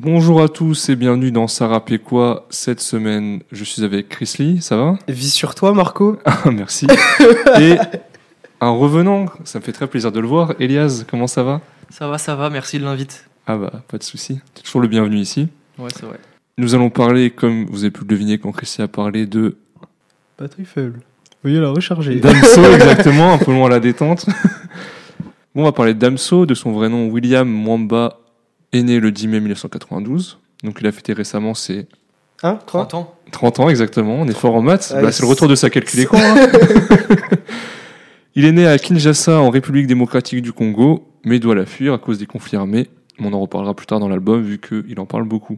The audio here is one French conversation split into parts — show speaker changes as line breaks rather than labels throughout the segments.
Bonjour à tous et bienvenue dans Ça rappelait quoi. Cette semaine, je suis avec Chris Lee, ça va ?
Vis sur toi, Marco.
Ah, merci. Et un revenant, ça me fait très plaisir de le voir. Elias, comment ça va ?
Ça va, merci de l'invite.
Ah bah, pas de souci. T'es toujours le bienvenu ici.
Ouais, c'est vrai.
Nous allons parler, comme vous avez pu le deviner quand Chris Lee a parlé, de...
Batterie faible. Veuillez la recharger.
Damso, exactement, un peu loin à la détente. Bon, on va parler de Damso, de son vrai nom William Mwamba, est né le 10 mai 1992. Donc il a fêté récemment ses...
30 ans.
30 ans, exactement. On est fort en maths.
Ah,
c'est le retour de sa calculé quoi. Hein. Il est né à Kinshasa, en République démocratique du Congo, mais doit la fuir à cause des conflits armés. On en reparlera plus tard dans l'album, vu qu'il en parle beaucoup.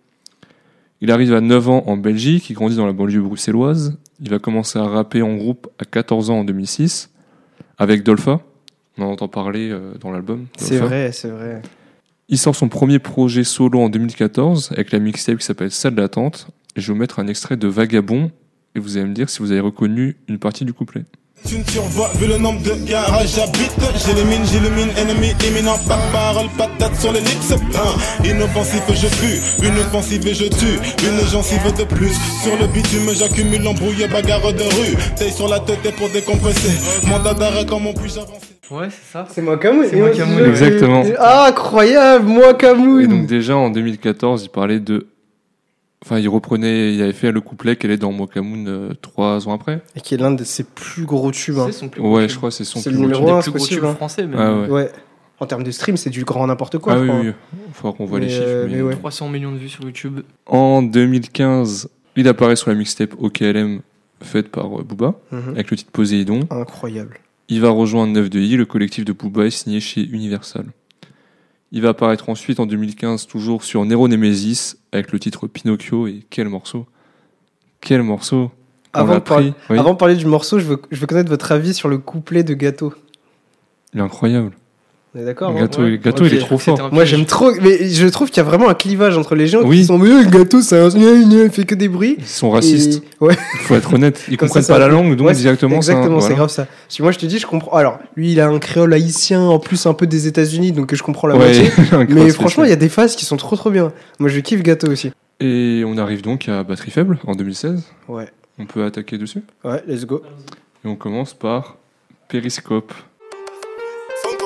Il arrive à 9 ans en Belgique, il grandit dans la banlieue bruxelloise. Il va commencer à rapper en groupe à 14 ans en 2006, avec Dolpha. On en entend parler dans l'album.
C'est
Dolpha.
vrai, c'est vrai.
Il sort son premier projet solo en 2014, avec la mixtape qui s'appelle Salle d'attente. Et je vais vous mettre un extrait de Vagabond, et vous allez me dire si vous avez reconnu une partie du couplet.
Tu ne survois, vu le nombre de garages j'habite. J'illumine, ennemi imminent. Pas de parole, pas de date sur les lips. Inoffensif, je fuis. Une offensive et je tue. Une gencive de plus. Sur le bitume, j'accumule l'embrouille, bagarre de rue. Taille sur la tête pour décompresser. Mandat d'arrêt, comment puis-je avancer?
Ouais, c'est ça.
C'est moi Camoun.
C'est moi Camoun,
Exactement.
Ah, incroyable, moi
Et
Camoun.
donc déjà en 2014, il parlait de... Enfin, il avait fait le couplet qu'elle est dans Mokamoun 3 ans après.
Et qui est l'un de ses plus gros tubes. Hein.
C'est son plus gros
Ouais,
tube.
je crois que c'est son
C'est
plus
le
gros
numéro
tube.
un,
Des
c'est
plus gros
possible,
tubes
hein.
français, même.
Ah ouais.
Ouais. En termes de stream, c'est du grand n'importe quoi.
Ah
je
oui,
crois.
oui. Il faudra qu'on voit les
Mais,
chiffres.
mais ouais.
300 millions de vues sur YouTube.
En 2015, il apparaît sur la mixtape OKLM faite par Booba,
Mhm.
avec le titre Poséidon.
Incroyable.
Il va rejoindre 9de-I, le collectif de Booba est signé chez Universal. Il va apparaître ensuite en 2015 toujours sur Nero Nemesis avec le titre Pinocchio, et quel morceau. Quel morceau. On
Avant
l'a
de, parler,
pris. Oui.
avant de parler du morceau, je veux connaître votre avis sur le couplet de Gâteau.
Il est incroyable.
On est d'accord, hein?
Gâteau,
Ouais.
Gâteau
Ok.
il est trop fort.
Moi j'aime trop, mais je trouve qu'il y a vraiment un clivage entre les gens
Oui.
qui sont mais Gâteau, c'est un il fait que des bruits.
Ils sont racistes.
Et- Ouais.
Il faut être honnête. Ils
Comme
comprennent
ça,
pas
ça-
la langue, donc
Ouais,
directement
exactement,
ça,
c'est
voilà.
grave ça. Parce que moi je te dis, je comprends. Alors, lui il a un créole haïtien en plus un peu des États-Unis, donc je comprends la moitié.
un
Mais
cross
franchement, il y
spécial.
a des phases qui sont trop bien. Moi je kiffe Gâteau aussi.
Et on arrive donc à Batterie Faible en 2016.
Ouais.
On peut attaquer dessus.
Ouais, let's go.
Et on commence par Périscope.
Santos,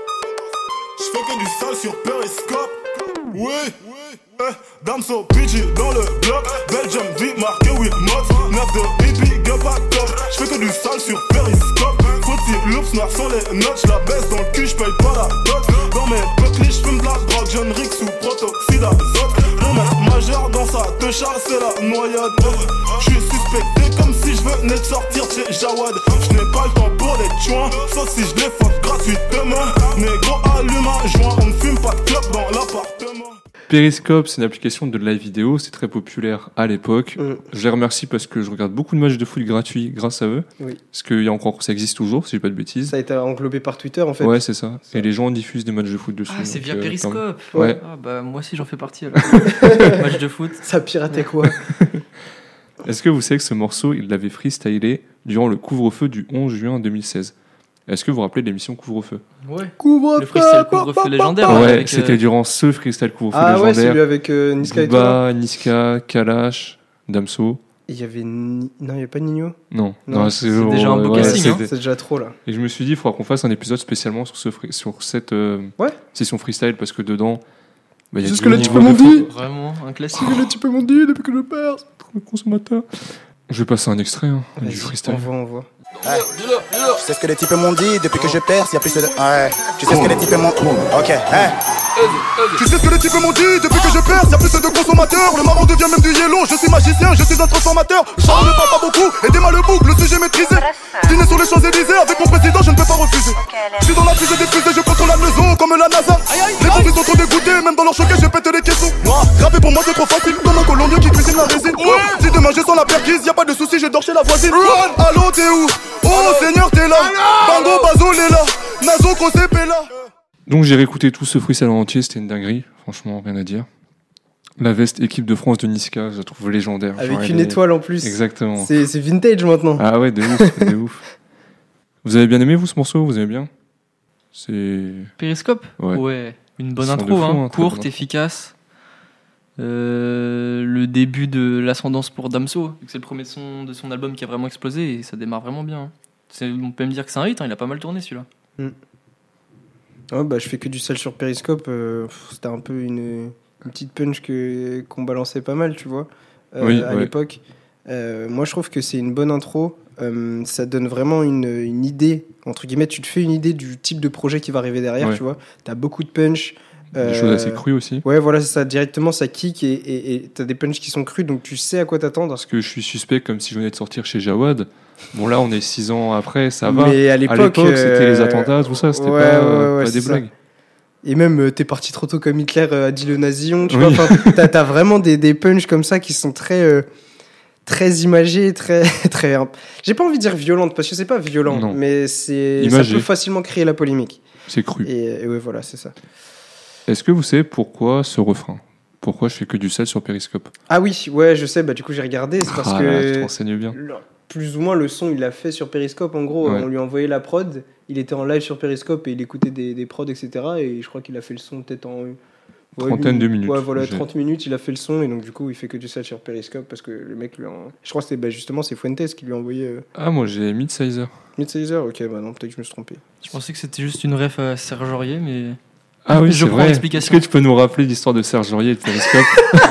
je fais que du sale sur Periscope. Oui, Damso, PG dans le bloc. Belgium, vie marqué with mods. 9 de hippie, gueule pas top. Je fais que du sale sur Periscope. Faut-il loops noirs sur les notes. J'la baisse dans le cul, j'paye pas la dot. Dans mes buckles, j'fume de la drogue. John Rick sous protoxyde d'azote. Le mec majeur dans sa te charge, c'est la noyade. J'suis suspecté comme si j'venais de sortir de chez Jawad. J'n'ai pas le temps pour les tuins, sauf si j'les fuck gratuitement. Négro allume un joint, on ne fume pas de clope dans l'appartement.
Périscope, c'est une application de live vidéo, c'est très populaire à l'époque. Je les remercie parce que je regarde beaucoup de matchs de foot gratuits grâce à eux.
Oui.
Parce qu'il y a encore, ça existe toujours, si j'ai pas de bêtises.
Ça a été englobé par Twitter en fait.
Ouais, c'est ça. Et les gens diffusent des matchs de foot dessus.
Ah, c'est
donc,
via Periscope.
Ouais.
Ah, bah, moi aussi, j'en fais partie. Alors. Match de foot.
Ça piratait quoi?
Est-ce que vous savez que ce morceau, il l'avait freestylé durant le couvre-feu du 11 juin 2016 ? Est-ce que vous vous rappelez de l'émission Couvre-feu ?
Ouais.
Couvre-feu.
Le freestyle couvre-feu légendaire.
Ouais,
avec,
c'était durant ce freestyle Couvre-feu
Ah ouais,
légendaire.
celui avec Niska et toi.
Booba, Niska, Kalash, Damso.
Il y avait non, il y avait pas Nino.
Non,
Non,
c'est déjà un beau
ouais,
casting, hein.
c'était-
C'est déjà trop là.
Et je me suis dit, il faudra qu'on fasse un épisode spécialement sur, sur cette
Ouais.
session freestyle parce que dedans, bah, il y a
C'est
du
ce que les
niveau
types m'ont
de
dit.
Vraiment un classique.
Les types m'ont dit depuis que je perds.
trop de consommateurs. Je vais passer un extrait du
Vas-y,
freestyle.
on voit.
Tu sais ce que les types m'ont dit depuis que je perce, y'a plus de. Ouais. Tu sais ce que les types m'ont. Ok, hein.
Tu sais ce que les types m'ont dit depuis que je perce, y'a plus de consommateurs. Le marron devient même du yellow, je suis magicien, je suis un transformateur. Charles ne parle pas beaucoup, aidez-moi le boucle, le sujet maîtrisé. Dîner sur les Champs-Élysées, avec mon président je ne peux pas refuser. Je suis dans la fusée des fusées, je contrôle la maison comme la NASA. Les profils sont trop dégoûtés, même dans leur choquet je pète les caissons. Rapper pour moi c'est trop facile, comme un colombien qui cuisine la résine. Si demain je sens la perquise, y'a pas de soucis, je dors chez la voisine. Allô t'es où? Oh Seigneur t'es là. Bango Bazo est là. Nazo Kosep est là.
Donc j'ai réécouté tout ce freestyle en entier, c'était une dinguerie, franchement rien à dire. La veste équipe de France de Niska, je la trouve légendaire. Genre,
Avec
elle
une
est-
étoile en plus.
Exactement.
C'est vintage maintenant.
Ah ouais, de ouf, de ouf. Vous avez bien aimé vous ce morceau? Vous aimez bien? C'est...
Périscope.
Ouais.
Ouais. Une bonne
Son
intro,
de fou,
hein.
hein, très
Courte,
bonne.
efficace. Le début de l'ascendance pour Damso, vu que c'est le premier son de son album qui a vraiment explosé et ça démarre vraiment bien. Hein. On peut même dire que c'est un hit, hein, il a pas mal tourné celui-là.
Ouais, bah, je fais que du sale sur Periscope. C'était un peu une petite punch qu'on balançait pas mal, tu vois, à l'époque. Moi, je trouve que c'est une bonne intro. Ça donne vraiment une idée, entre guillemets, tu te fais une idée du type de projet qui va arriver derrière, tu vois. T'as beaucoup de punch.
Des choses assez crues aussi.
Ouais, voilà, c'est ça. Directement, ça kick et t'as des punchs qui sont crus, donc tu sais à quoi t'attendre.
Parce que je suis suspect comme si je venais de sortir chez Jawad. Bon, là, on est 6 ans après, ça va.
Mais à l'époque,
c'était les attentats, tout ça, c'était pas des blagues.
Et même, t'es parti trop tôt comme Hitler a dit le nazillon, tu vois. T'as vraiment des punchs comme ça qui sont très imagées, très. J'ai pas envie de dire violente, parce que c'est pas violent, mais ça peut facilement créer la polémique.
C'est cru.
Et ouais, voilà, c'est ça.
Est-ce que vous savez pourquoi ce refrain ? Pourquoi je fais que du sale sur Periscope ?
Ah oui, ouais, je sais, bah du coup j'ai regardé, c'est parce que.
Tu t'enseignes bien.
Plus ou moins le son, il l'a fait sur Periscope. En gros, on lui a envoyé la prod, il était en live sur Periscope et il écoutait des prods, etc. Et je crois qu'il a fait le son peut-être en.
Trentaine de minutes.
Ouais, voilà, 30 minutes, il a fait le son et donc du coup, il fait que du sale sur Periscope parce que le mec lui a. Je crois que c'était justement c'est Fuentes qui lui a envoyé.
Ah, moi j'ai Midsizer.
Midsizer, ok, bah non, peut-être que je me suis trompé.
Je pensais que c'était juste une ref à Serge Aurier, mais.
Ah oui,
je prends l'explication.
Est-ce que tu peux nous rappeler l'histoire de Serge Aurier et de Periscope ?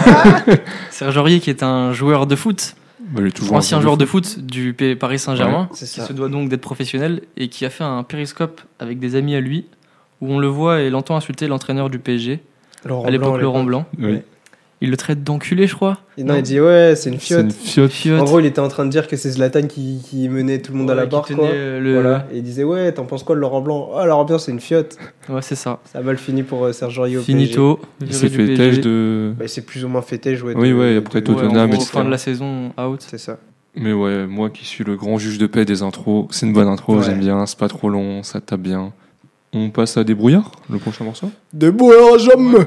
Serge Aurier qui est un joueur de foot.
Bah,
ancien joueur de foot du Paris Saint-Germain,
qui
se doit donc d'être professionnel et qui a fait un périscope avec des amis à lui où on le voit et l'entend insulter l'entraîneur du PSG, à l'époque Laurent Blanc.
Oui.
Il le traite d'enculé, je crois.
Et non, il dit ouais, c'est une fiotte.
Fiotte.
En gros, il était en train de dire que c'est Zlatan qui menait tout le monde à la barre, quoi. Voilà. Et il disait ouais, t'en penses quoi de Laurent Blanc ? Ah, Laurent Blanc, c'est une fiotte.
Ouais, c'est ça.
Ça a mal fini pour Serge Aurier au
Finito.
Il s'est fait têche de.
Bah, c'est plus ou moins fait têche, ouais.
Oui, après Tottenham,
etc. Fin de la saison, out.
C'est ça.
Mais ouais, moi qui suis le grand juge de paix des intros, c'est une bonne intro, j'aime bien, c'est pas trop long, ça tape bien. On passe à Débrouillard, le prochain morceau ?
Débrouillard à jamais.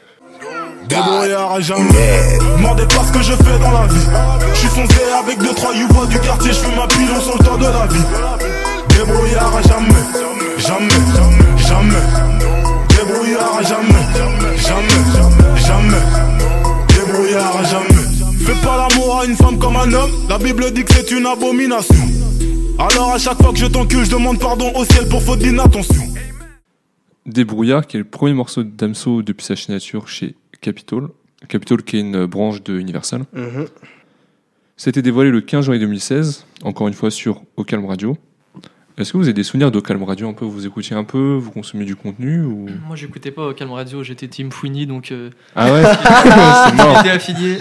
Débrouillard à jamais. Demandez pas ce que je fais dans la vie. Je suis foncé avec 2-3 youvois du quartier, je fais ma pilon sur le temps de la vie. Débrouillard à jamais. Jamais. Débrouillard à jamais. Débrouillard à jamais. Fais pas l'amour à une femme comme un homme. La Bible dit que c'est une abomination. Alors à chaque fois que je t'encule, je demande pardon au ciel pour faute d'inattention.
Débrouillard, qui est le premier morceau de Damso depuis sa signature chez Capitol. Capitol qui est une branche de Universal. C'était dévoilé le 15 janvier 2016, encore une fois sur Au Calme Radio. Est-ce que vous avez des souvenirs d'Au Calme Radio un peu ? Vous écoutiez un peu, vous consommiez du contenu ou...
Moi j'écoutais pas Au Calme Radio, j'étais Team Fouini donc.
Ah ouais. C'est mort.
J'étais affilié.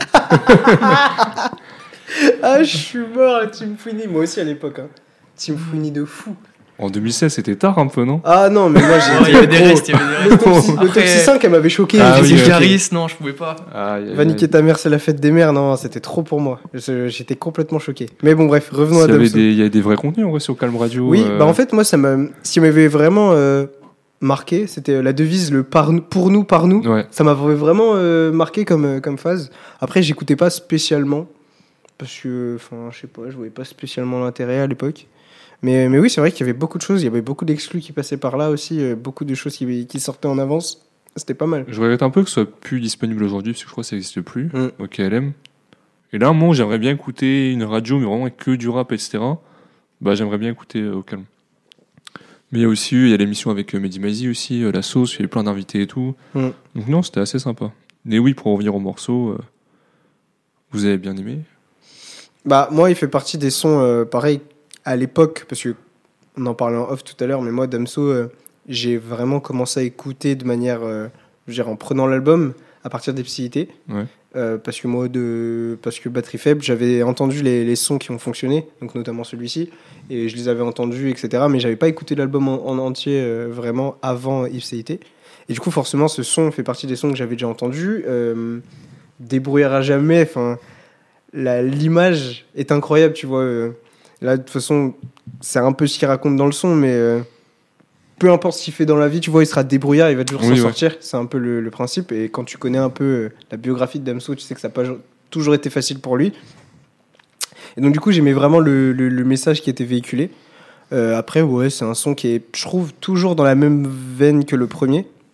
Ah, je suis mort à Team Fouini, moi aussi à l'époque. Hein. Team Fouini de fou.
En 2016, c'était tard un peu, non ?
Ah non, mais moi j'ai.
Il y avait des restes,
Le Toxi 5, elle m'avait choqué.
Ah oui,
Caris, non, je pouvais pas.
Va niquer ta mère, c'est la fête des mères. Non, c'était trop pour moi. J'étais complètement choqué. Mais bon, bref, revenons à Damso.
Il y a des vrais contenus en vrai sur Calme Radio.
Oui, bah en fait, moi, ce qui m'avait vraiment marqué, c'était la devise le pour nous, par nous.
Ouais.
Ça m'avait vraiment marqué comme phase. Après, j'écoutais pas spécialement. Parce que, enfin, je sais pas, je voyais pas spécialement l'intérêt à l'époque. Mais oui, c'est vrai qu'il y avait beaucoup de choses, il y avait beaucoup d'exclus qui passaient par là aussi, beaucoup de choses qui sortaient en avance. C'était pas mal.
Je regrette un peu que ce soit plus disponible aujourd'hui, parce que je crois que ça n'existe plus au KLM. Et là, moi, j'aimerais bien écouter une radio, mais vraiment avec que du rap, etc. Bah, j'aimerais bien écouter Au Calme. Mais il y a l'émission avec Mehdi Maizi aussi, La Sauce, il y avait plein d'invités et tout. Donc non, c'était assez sympa. Mais oui, pour revenir au morceau, vous avez bien aimé ?
Bah, moi, il fait partie des sons, pareil, à l'époque, parce qu'on en parlait en off tout à l'heure, mais moi, Damso, j'ai vraiment commencé à écouter de manière, je veux dire, en prenant l'album à partir des Psy-IT.
Ouais.
Parce que Batterie Faible, j'avais entendu les sons qui ont fonctionné, donc notamment celui-ci, et je les avais entendus, etc. Mais j'avais pas écouté l'album en entier vraiment avant Ipséité. Et du coup, forcément, ce son fait partie des sons que j'avais déjà entendus. Débrouillard à jamais, enfin, l'image est incroyable, tu vois. Là, de toute façon, c'est un peu ce qu'il raconte dans le son, mais peu importe ce qu'il fait dans la vie, tu vois, il sera débrouillard, il va toujours s'en sortir. C'est un peu le principe. Et quand tu connais un peu la biographie de Damso, tu sais que ça n'a pas toujours été facile pour lui. Et donc, du coup, j'aimais vraiment le message qui était véhiculé. Après, ouais, c'est un son qui est, je trouve, toujours dans la même veine que le premier.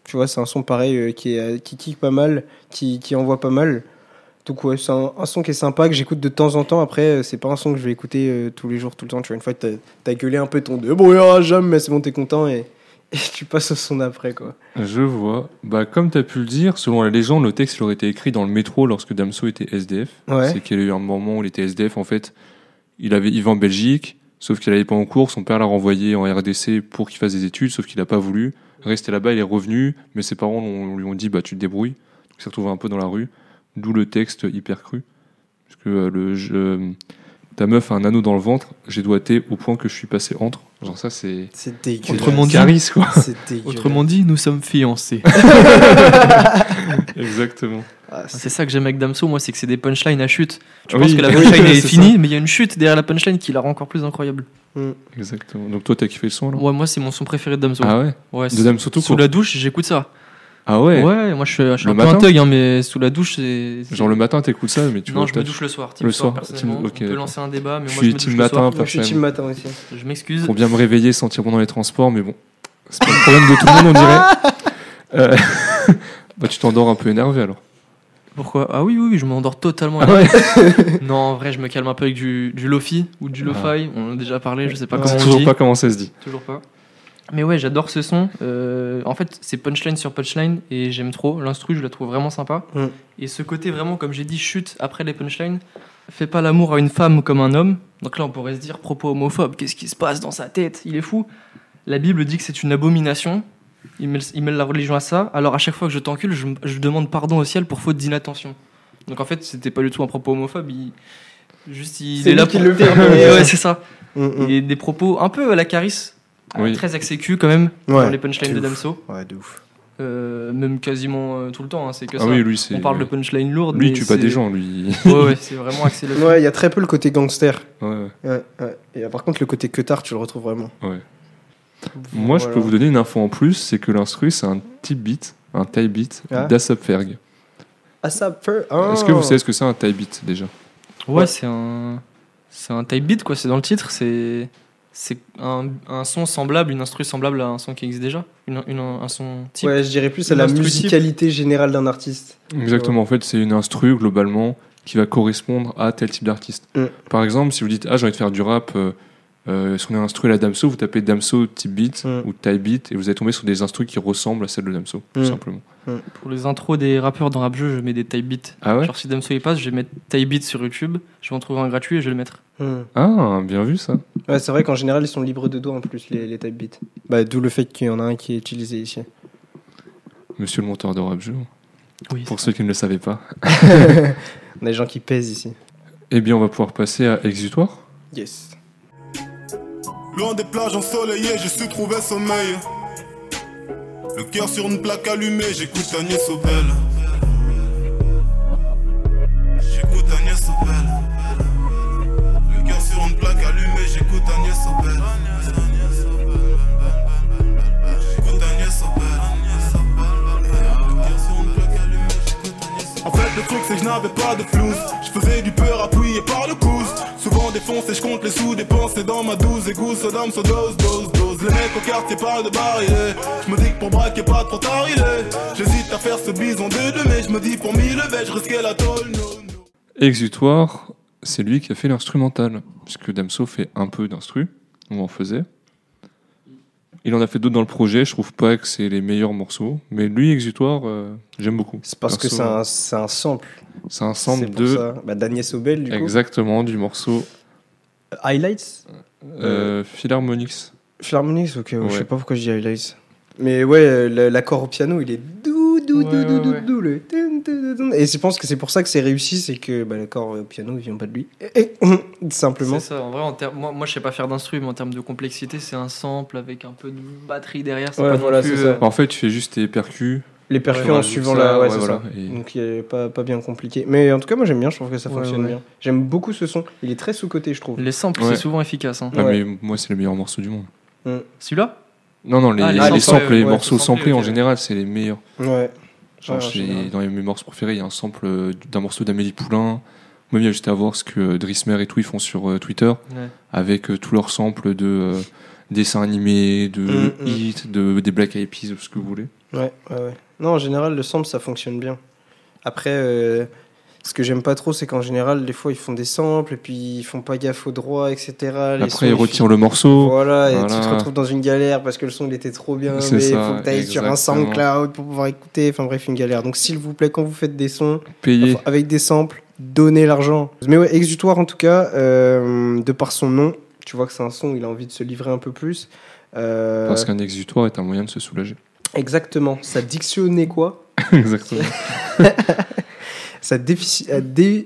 Tu vois, c'est un son pareil qui kick pas mal, qui envoie pas mal. Donc ouais, c'est un son qui est sympa, que j'écoute de temps en temps. Après, c'est pas un son que je vais écouter tous les jours, tout le temps. Tu vois, une fois que t'as gueulé un peu ton débrouillard, jamais, mais c'est bon, t'es content et tu passes au son d'après, quoi.
Je vois. Bah, comme tu as pu le dire, selon la légende, le texte il aurait été écrit dans le métro lorsque Damso était SDF.
Ouais.
C'est qu'il y a eu un moment où il était SDF. En fait, il vivait en Belgique, sauf qu'il n'allait pas en cours. Son père l'a renvoyé en RDC pour qu'il fasse des études, sauf qu'il n'a pas voulu. Rester là-bas, il est revenu, mais ses parents lui ont dit bah, tu te débrouilles. Donc, il s'est retrouvé un peu dans la rue. D'où le texte hyper cru. Parce que ta meuf a un anneau dans le ventre, j'ai doigté au point que je suis passé entre. Genre ça, c'est
dégueulasse.
Autrement dit,
Caris, quoi.
C'est dégueulasse.
Autrement dit, nous sommes fiancés.
Exactement.
Ah,
C'est ça que j'aime avec Damso, moi, c'est que c'est des punchlines à chute. Tu
Oui,
penses que la
oui,
punchline est
c'est
finie, mais il y a une chute derrière la punchline qui la rend encore plus incroyable.
Exactement. Donc toi, t'as kiffé le son, alors?
Ouais, moi, c'est mon son préféré de Damso.
Ah ouais?
Ouais,
De Damso tout
sous
court.
la douche, j'écoute ça.
Ah ouais?
Ouais, moi, je suis
Le
un peu
matin
un thug, hein, mais sous la douche, c'est.
Genre le matin, t'écoutes ça, mais tu
Non,
vois,
je me douche le soir. Team
Le
soir,
soir,
personnellement.
team- ok,
On peut
d'accord.
lancer un débat, mais
Je
moi,
suis
je me
team
douche le
matin,
soir.
Moi, je suis team matin aussi.
Je m'excuse.
pour bien me réveiller, sentir bon dans les transports, mais bon, c'est pas le problème de tout le monde, on dirait. Bah, tu t'endors un peu énervé alors.
Pourquoi? Ah oui, je m'endors totalement.
Ah ouais?
Non, en vrai, je me calme un peu avec du lofi ou du lo-fi. On en a déjà parlé, je sais pas
Ouais.
comment on
Toujours
dit.
pas comment ça se dit.
Toujours pas. Mais ouais, j'adore ce son. En fait, c'est punchline sur punchline et j'aime trop. L'instru, je la trouve vraiment sympa.
Mm.
Et ce côté vraiment, comme j'ai dit, chute après les punchlines. Fais pas l'amour à une femme comme un homme. Donc là, on pourrait se dire, propos homophobe, qu'est-ce qui se passe dans sa tête? Il est fou. La Bible dit que c'est une abomination. Il mêle la religion à ça. Alors à chaque fois que je t'encule, je demande pardon au ciel pour faute d'inattention. Donc en fait, c'était pas du tout un propos homophobe. Il
C'est
est là
lui qui
pour
le fait.
Ouais, c'est ça.
Mm.
Et des propos un peu à la Caris,
Oui.
très axé cul quand même,
Ouais.
dans les punchlines
De
de
ouf.
Damso.
Ouais, de ouf.
Même quasiment tout le temps, hein, c'est que
Ah
ça.
oui, lui, c'est.
On parle de punchline lourde.
Lui, il
mais
tue pas
c'est-
des gens, lui.
Ouais, c'est vraiment axé là-dessus.
Ouais, il y a très peu le côté gangster.
Ouais.
Ouais. Et par contre, le côté cutard, tu le retrouves vraiment.
Moi, je
Voilà.
peux vous donner une info en plus, c'est que l'instru, c'est un type beat, un type beat
Ah.
d'Asap Ferg.
Ah, ça peut. Oh.
Est-ce que vous savez ce que c'est un type beat déjà?
Ouais, c'est un type beat, quoi. C'est dans le titre. C'est un son semblable, une instru semblable à un son qui existe déjà. Un son type.
Ouais, je dirais plus à
Une
la
instru type.
musicalité générale d'un artiste.
Exactement, en fait, c'est une instru globalement qui va correspondre à tel type d'artiste.
Mm.
Par exemple, si vous dites, ah, j'ai envie de faire du rap, sur une instru à la Damso, vous tapez Damso type beat
Mm.
ou type beat et vous allez tomber sur des instrus qui ressemblent à celles de Damso, tout
Mm.
simplement.
Pour les intros des rappeurs dans Rap Jeu, je mets des type beats.
Ah ouais?
Genre si Damso y passe, je vais mettre type beat sur YouTube. Je vais en trouver un gratuit et je vais le mettre.
Ah, bien vu ça.
Ouais, c'est vrai qu'en général, ils sont libres de doigts en plus, les type beats. Bah, d'où le fait qu'il y en a un qui est utilisé ici.
Monsieur le monteur de rap jeu,
Oui.
pour ceux qui ne le savaient pas.
On a des gens qui pèsent ici.
Eh bien, on va pouvoir passer à Exutoire.
Yes.
Loin des plages ensoleillées, j'ai su trouver sommeil. Le cœur sur une plaque allumée, j'écoute Agnès Obel. J'écoute Agnès Obel. Le cœur sur une plaque allumée, j'écoute Agnès Obel. J'écoute Agnès Obel. Le cœur sur une plaque allumée, j'écoute Agnès Obel. En fait, le truc c'est que je n'avais pas de flouze. Je faisais du peur appuyé par le coude. Souvent défoncé, je compte les sous dépensés dans ma douze égouts, Saddam, so dose. Les mecs au quartier parlent de barillet. Je me dis que pour braquer pas trop tard il est. J'hésite à faire ce bison de mais je me dis pour 1000 levées, je risquais la tôle. No.
Exutoire, c'est lui qui a fait l'instrumental. Puisque Damso fait un peu d'instru, on en faisait. Il en a fait d'autres dans le projet, je trouve pas que c'est les meilleurs morceaux. Mais lui, Exutoire, j'aime beaucoup.
C'est parce que
Perso,
c'est un sample.
c'est un sample
C'est pour
de.
ça. Bah, d'Agnès Obel, du coup.
Exactement, du morceau
Highlights
Philharmonix.
Philharmonics, ok.
Ouais.
Je sais pas pourquoi je dis highlights. Mais ouais, l'accord au piano, il est doux,
Ouais.
le tun, tun, tun. Et je pense que c'est pour ça que c'est réussi, c'est que bah, l'accord au piano, il vient pas de lui. Simplement.
C'est ça, en vrai, moi je sais pas faire d'instru, mais en termes de complexité, c'est un sample avec un peu de batterie derrière. C'est
Ouais,
pas non
voilà,
plus,
c'est ça.
En fait, tu fais juste tes percus.
Les percus
Ouais,
en
ouais,
suivant
ça,
la. Ouais,
ouais,
c'est
voilà.
ça.
Et-
Donc il est pas bien compliqué. Mais en tout cas, moi j'aime bien, je trouve que ça
Ouais,
fonctionne
ouais.
bien. J'aime beaucoup ce son. Il est très sous-coté, je trouve.
Les samples,
Ouais.
c'est souvent efficace. Hein.
Ah,
Ouais.
mais moi, c'est le meilleur morceau du monde.
Celui-là
Non,
Ah, les
les
samples,
samples, les
ouais,
morceaux
samplés,
samplés en
ok.
général, c'est les meilleurs.
Ouais.
Genre,
Ouais, en général.
dans mes morceaux préférés, il y a un sample d'un morceau d'Amélie Poulain. Même il y a juste à voir ce que Drismer et tout ils font sur Twitter,
Ouais.
avec tous leurs samples de dessins animés, de
Mm, mm.
hits, des Black Eyed Peas, ce que vous voulez.
Ouais. Non, en général, le sample, ça fonctionne bien. Après, ce que j'aime pas trop, c'est qu'en général, des fois, ils font des samples et puis ils font pas gaffe au droit, etc. Les sons,
Après, ils retirent le morceau.
Voilà, et tu
Voilà.
te retrouves dans une galère parce que le son, il était trop bien,
C'est
mais il
ça,
faut que tu ailles sur un
exactement.
SoundCloud pour pouvoir écouter. Enfin bref, une galère. Donc, s'il vous plaît, quand vous faites des sons,
Payé.
enfin, avec des samples, donnez l'argent. Mais ouais, Exutoire, en tout cas, de par son nom, tu vois que c'est un son où il a envie de se livrer un peu plus.
Parce qu'un exutoire est un moyen de se soulager.
Exactement. Ça dictionnait quoi?
Exactement.
Ça
Définissait.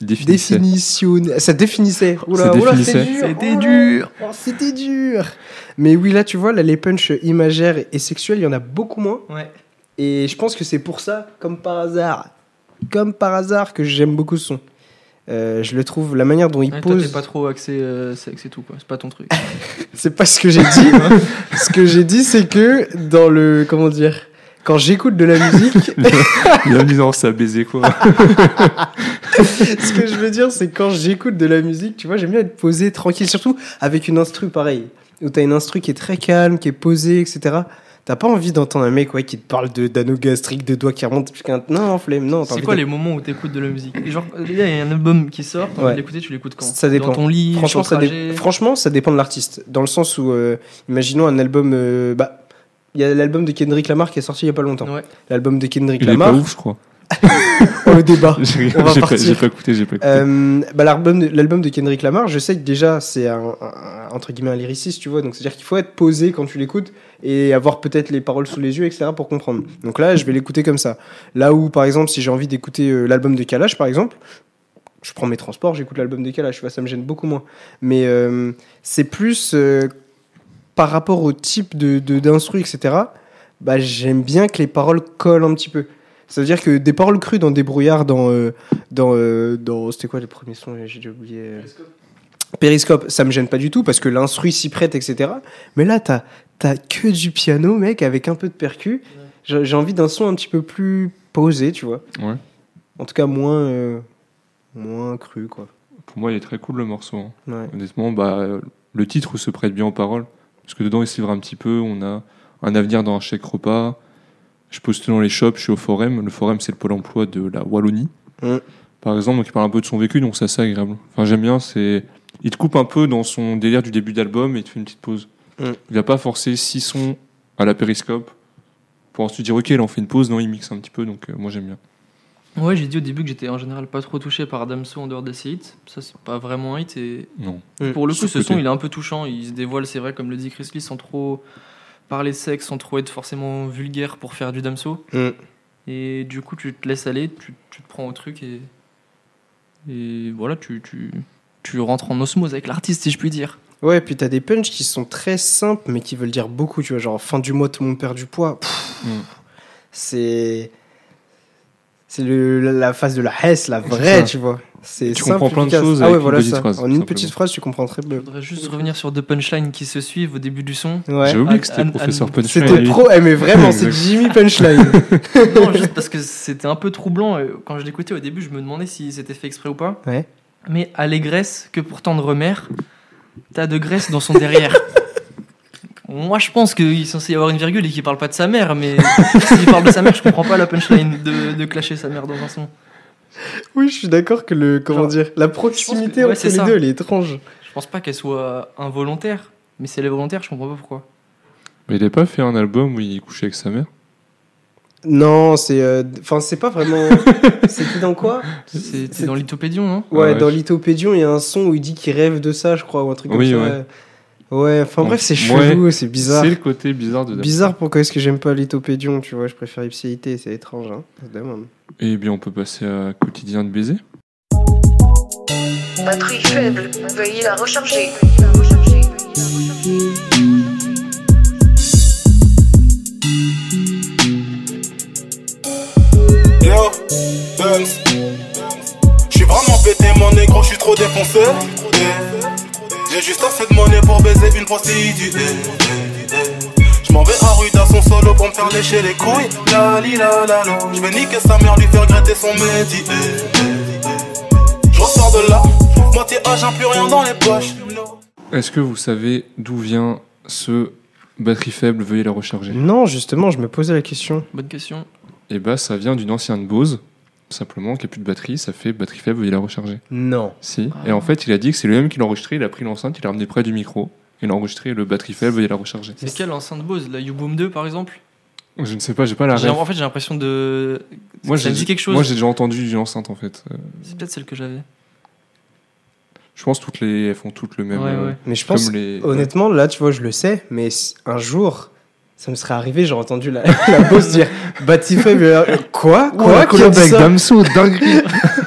ça définissait.
Ça définissait.
C'était dur.
Oh, c'était dur. Mais oui, là, tu vois, là, les punchs imagères et sexuels, il y en a beaucoup moins.
Ouais.
Et je pense que c'est pour ça, comme par hasard, que j'aime beaucoup ce son. Je le trouve, la manière dont il
Ouais, toi,
pose.
t'es pas trop axé sexe et tout, quoi. C'est pas ton truc.
C'est pas ce que j'ai dit. Ce que j'ai dit, c'est que dans le. Comment dire? Quand j'écoute de la musique.
Bienvenue dans ça baiser quoi.
Ce que je veux dire, c'est quand j'écoute de la musique, tu vois, j'aime bien être posé, tranquille, surtout avec une instru pareille, où t'as une instru qui est très calme, qui est posée, etc. T'as pas envie d'entendre un mec qui te parle d'anneau gastrique, de doigts qui remontent jusqu'à... Non, flemme, non.
C'est quoi les moments où t'écoutes de la musique? Et genre, il y a un album qui sort, t'as envie
Ouais.
de l'écouter, tu l'écoutes quand?
Ça dépend.
Dans ton lit,
Franchement,
sur le trajet.
Franchement, ça dépend de l'artiste. Dans le sens où, imaginons un album... il y a l'album de Kendrick Lamar qui est sorti il y a pas longtemps.
Ouais.
L'album de Kendrick
Il est
Lamar...
pas ouf, je crois.
Oh, le débat.
J'ai
On va
j'ai
partir.
pas écouté.
L'album de Kendrick Lamar, je sais que déjà c'est entre guillemets un lyriciste, tu vois, donc c'est à dire qu'il faut être posé quand tu l'écoutes et avoir peut-être les paroles sous les yeux, etc. pour comprendre. Donc là, je vais l'écouter comme ça. Là où, par exemple, si j'ai envie d'écouter l'album de Kalash, par exemple, je prends mes transports, j'écoute l'album de Kalash, tu vois, ça me gêne beaucoup moins. Mais c'est plus par rapport au type d'instru, etc. Bah, j'aime bien que les paroles collent un petit peu. Ça veut dire que des paroles crues dans des brouillards, dans c'était quoi les premiers sons, j'ai déjà oublié. Périscope, ça me gêne pas du tout parce que l'instru s'y prête, etc. Mais là, t'as que du piano, mec, avec un peu de percu. J'ai envie d'un son un petit peu plus posé, tu vois.
Ouais.
En tout cas, moins cru, quoi.
Pour moi, il est très cool le morceau. Hein.
Ouais.
Honnêtement, le titre se prête bien aux paroles. Parce que dedans, il se livre un petit peu. On a un avenir dans un chèque repas. Je poste dans les shops, je suis au Forum. Le Forum, c'est le pôle emploi de la Wallonie. Par exemple, donc il parle un peu de son vécu, donc c'est assez agréable. Enfin, j'aime bien, il te coupe un peu dans son délire du début d'album et il te fait une petite pause. Il va pas forcer 6 sons à la périscope pour ensuite dire ok, là on fait une pause. Non, il mixe un petit peu, donc moi j'aime bien.
Ouais, j'ai dit au début que j'étais en général pas trop touché par Damso en dehors de ses hits. Ça, c'est pas vraiment un hit. Et
Non.
pour le coup, ce
Sous-coté.
son, il est un peu touchant. Il se dévoile, c'est vrai, comme le dit Chris Lee, sans trop parler de sexe, sans trop être forcément vulgaire pour faire du Damso. Et du coup, tu te laisses aller, tu te prends au truc et voilà, tu rentres en osmose avec l'artiste, si je puis dire.
Ouais, puis t'as des punchs qui sont très simples, mais qui veulent dire beaucoup, tu vois. Genre, fin du mois, tout le monde perd du poids. C'est la phase de la hesse, la vraie,
ça.
tu vois. C'est
Tu
simple,
comprends plein de
efficace.
choses
Ah
avec
ouais,
une
voilà
petite
ça.
phrase,
En une
simplement.
petite phrase, tu comprends très
Je
bien.
voudrais juste revenir sur deux punchlines qui se suivent au début du son.
Ouais.
J'ai oublié que c'était
Anne-
le professeur
Anne-
Punchline.
C'était pro, mais vraiment, c'est
Exact.
Jimmy Punchline.
Non, juste parce que c'était un peu troublant. Quand je l'écoutais au début, je me demandais si c'était fait exprès ou pas.
Ouais.
Mais allégresse que pour tendre mère, t'as de graisse dans son derrière. Moi, je pense qu'il est censé y avoir une virgule et qu'il parle pas de sa mère, mais s'il parle de sa mère, je comprends pas la punchline de clasher sa mère dans un son.
Oui, je suis d'accord que la proximité
je pense que- ouais,
entre
c'est
les
ça.
deux, elle est étrange.
Je pense pas qu'elle soit involontaire, mais si elle est volontaire, je comprends pas pourquoi.
Mais il a pas fait un album où il couchait avec sa mère.
Non, c'est pas vraiment. C'était dans quoi?
C'était dans l'Ithopédion, non?
Ouais,
ouais,
dans
je-
l'Ithopédion, il y a un son où il dit qu'il rêve de ça, je crois, ou un truc
Oui,
comme ça.
ouais.
Ouais, enfin bref, c'est
Ouais.
chelou, c'est bizarre.
C'est le côté bizarre de Daft
Bizarre, pourquoi est-ce que j'aime pas l'Ithopédion, tu vois, je préfère Ipséité, c'est étrange, hein. Évidemment.
Eh bien, on peut passer à Quotidien de baiser.
Batterie faible, veuillez la recharger.
Yo, Dance. J'suis vraiment pété mon négro, j'suis trop défoncé. J'ai juste assez de monnaie pour baiser une prostituée. J'm'en vais à rue dans son solo pour me faire lécher les couilles. La li la la la. J'vais niquer sa mère, lui faire regretter son métier. J'ressors de là, moitié agent, plus rien dans les poches.
Est-ce que vous savez d'où vient ce Batterie faible, veuillez la recharger.
Non, justement, je me posais la question.
Bonne question.
Et bah, ça vient d'une ancienne Bose, simplement, qui a plus de batterie, ça fait batterie faible, veuillez la recharger.
Non.
Si. Et en fait, il a dit que c'est lui-même qui l'a enregistré, il a pris l'enceinte, il l'a ramené près du micro, il a enregistré le batterie faible, veuillez la recharger.
C'est quelle enceinte Bose? La U-Boom 2 par exemple?
Je ne sais pas, j'ai pas la ref.
En fait, j'ai l'impression de.
Moi,
ça me dit quelque chose.
Moi, j'ai déjà entendu une enceinte en fait.
C'est peut-être celle que j'avais.
Je pense que elles font toutes le même.
Ouais.
Mais je pense,
comme les...
honnêtement, là, tu vois, je le sais, mais un jour, ça me serait arrivé, j'aurais entendu la boss dire batterie faible. Quoi
Quoi la collab avec Damso, dinguerie.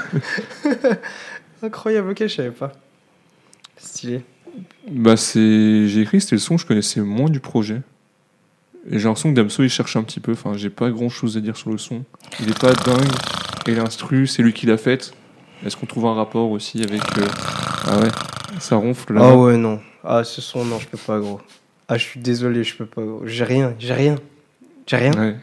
Incroyable, ok, je savais pas. Stylé.
Bah, j'ai écrit, c'était le son, je connaissais moins du projet. Et j'ai l'impression que Damso, il cherche un petit peu. Enfin, j'ai pas grand chose à dire sur le son. Il est pas dingue. Et l'instru, c'est lui qui l'a faite. Est-ce qu'on trouve un rapport aussi avec. Ah ouais, ça ronfle là.
Ah ouais, non. Ah, ce son, non, je peux pas, gros. Ah, je suis désolé, je peux pas, gros. J'ai rien.
Ouais.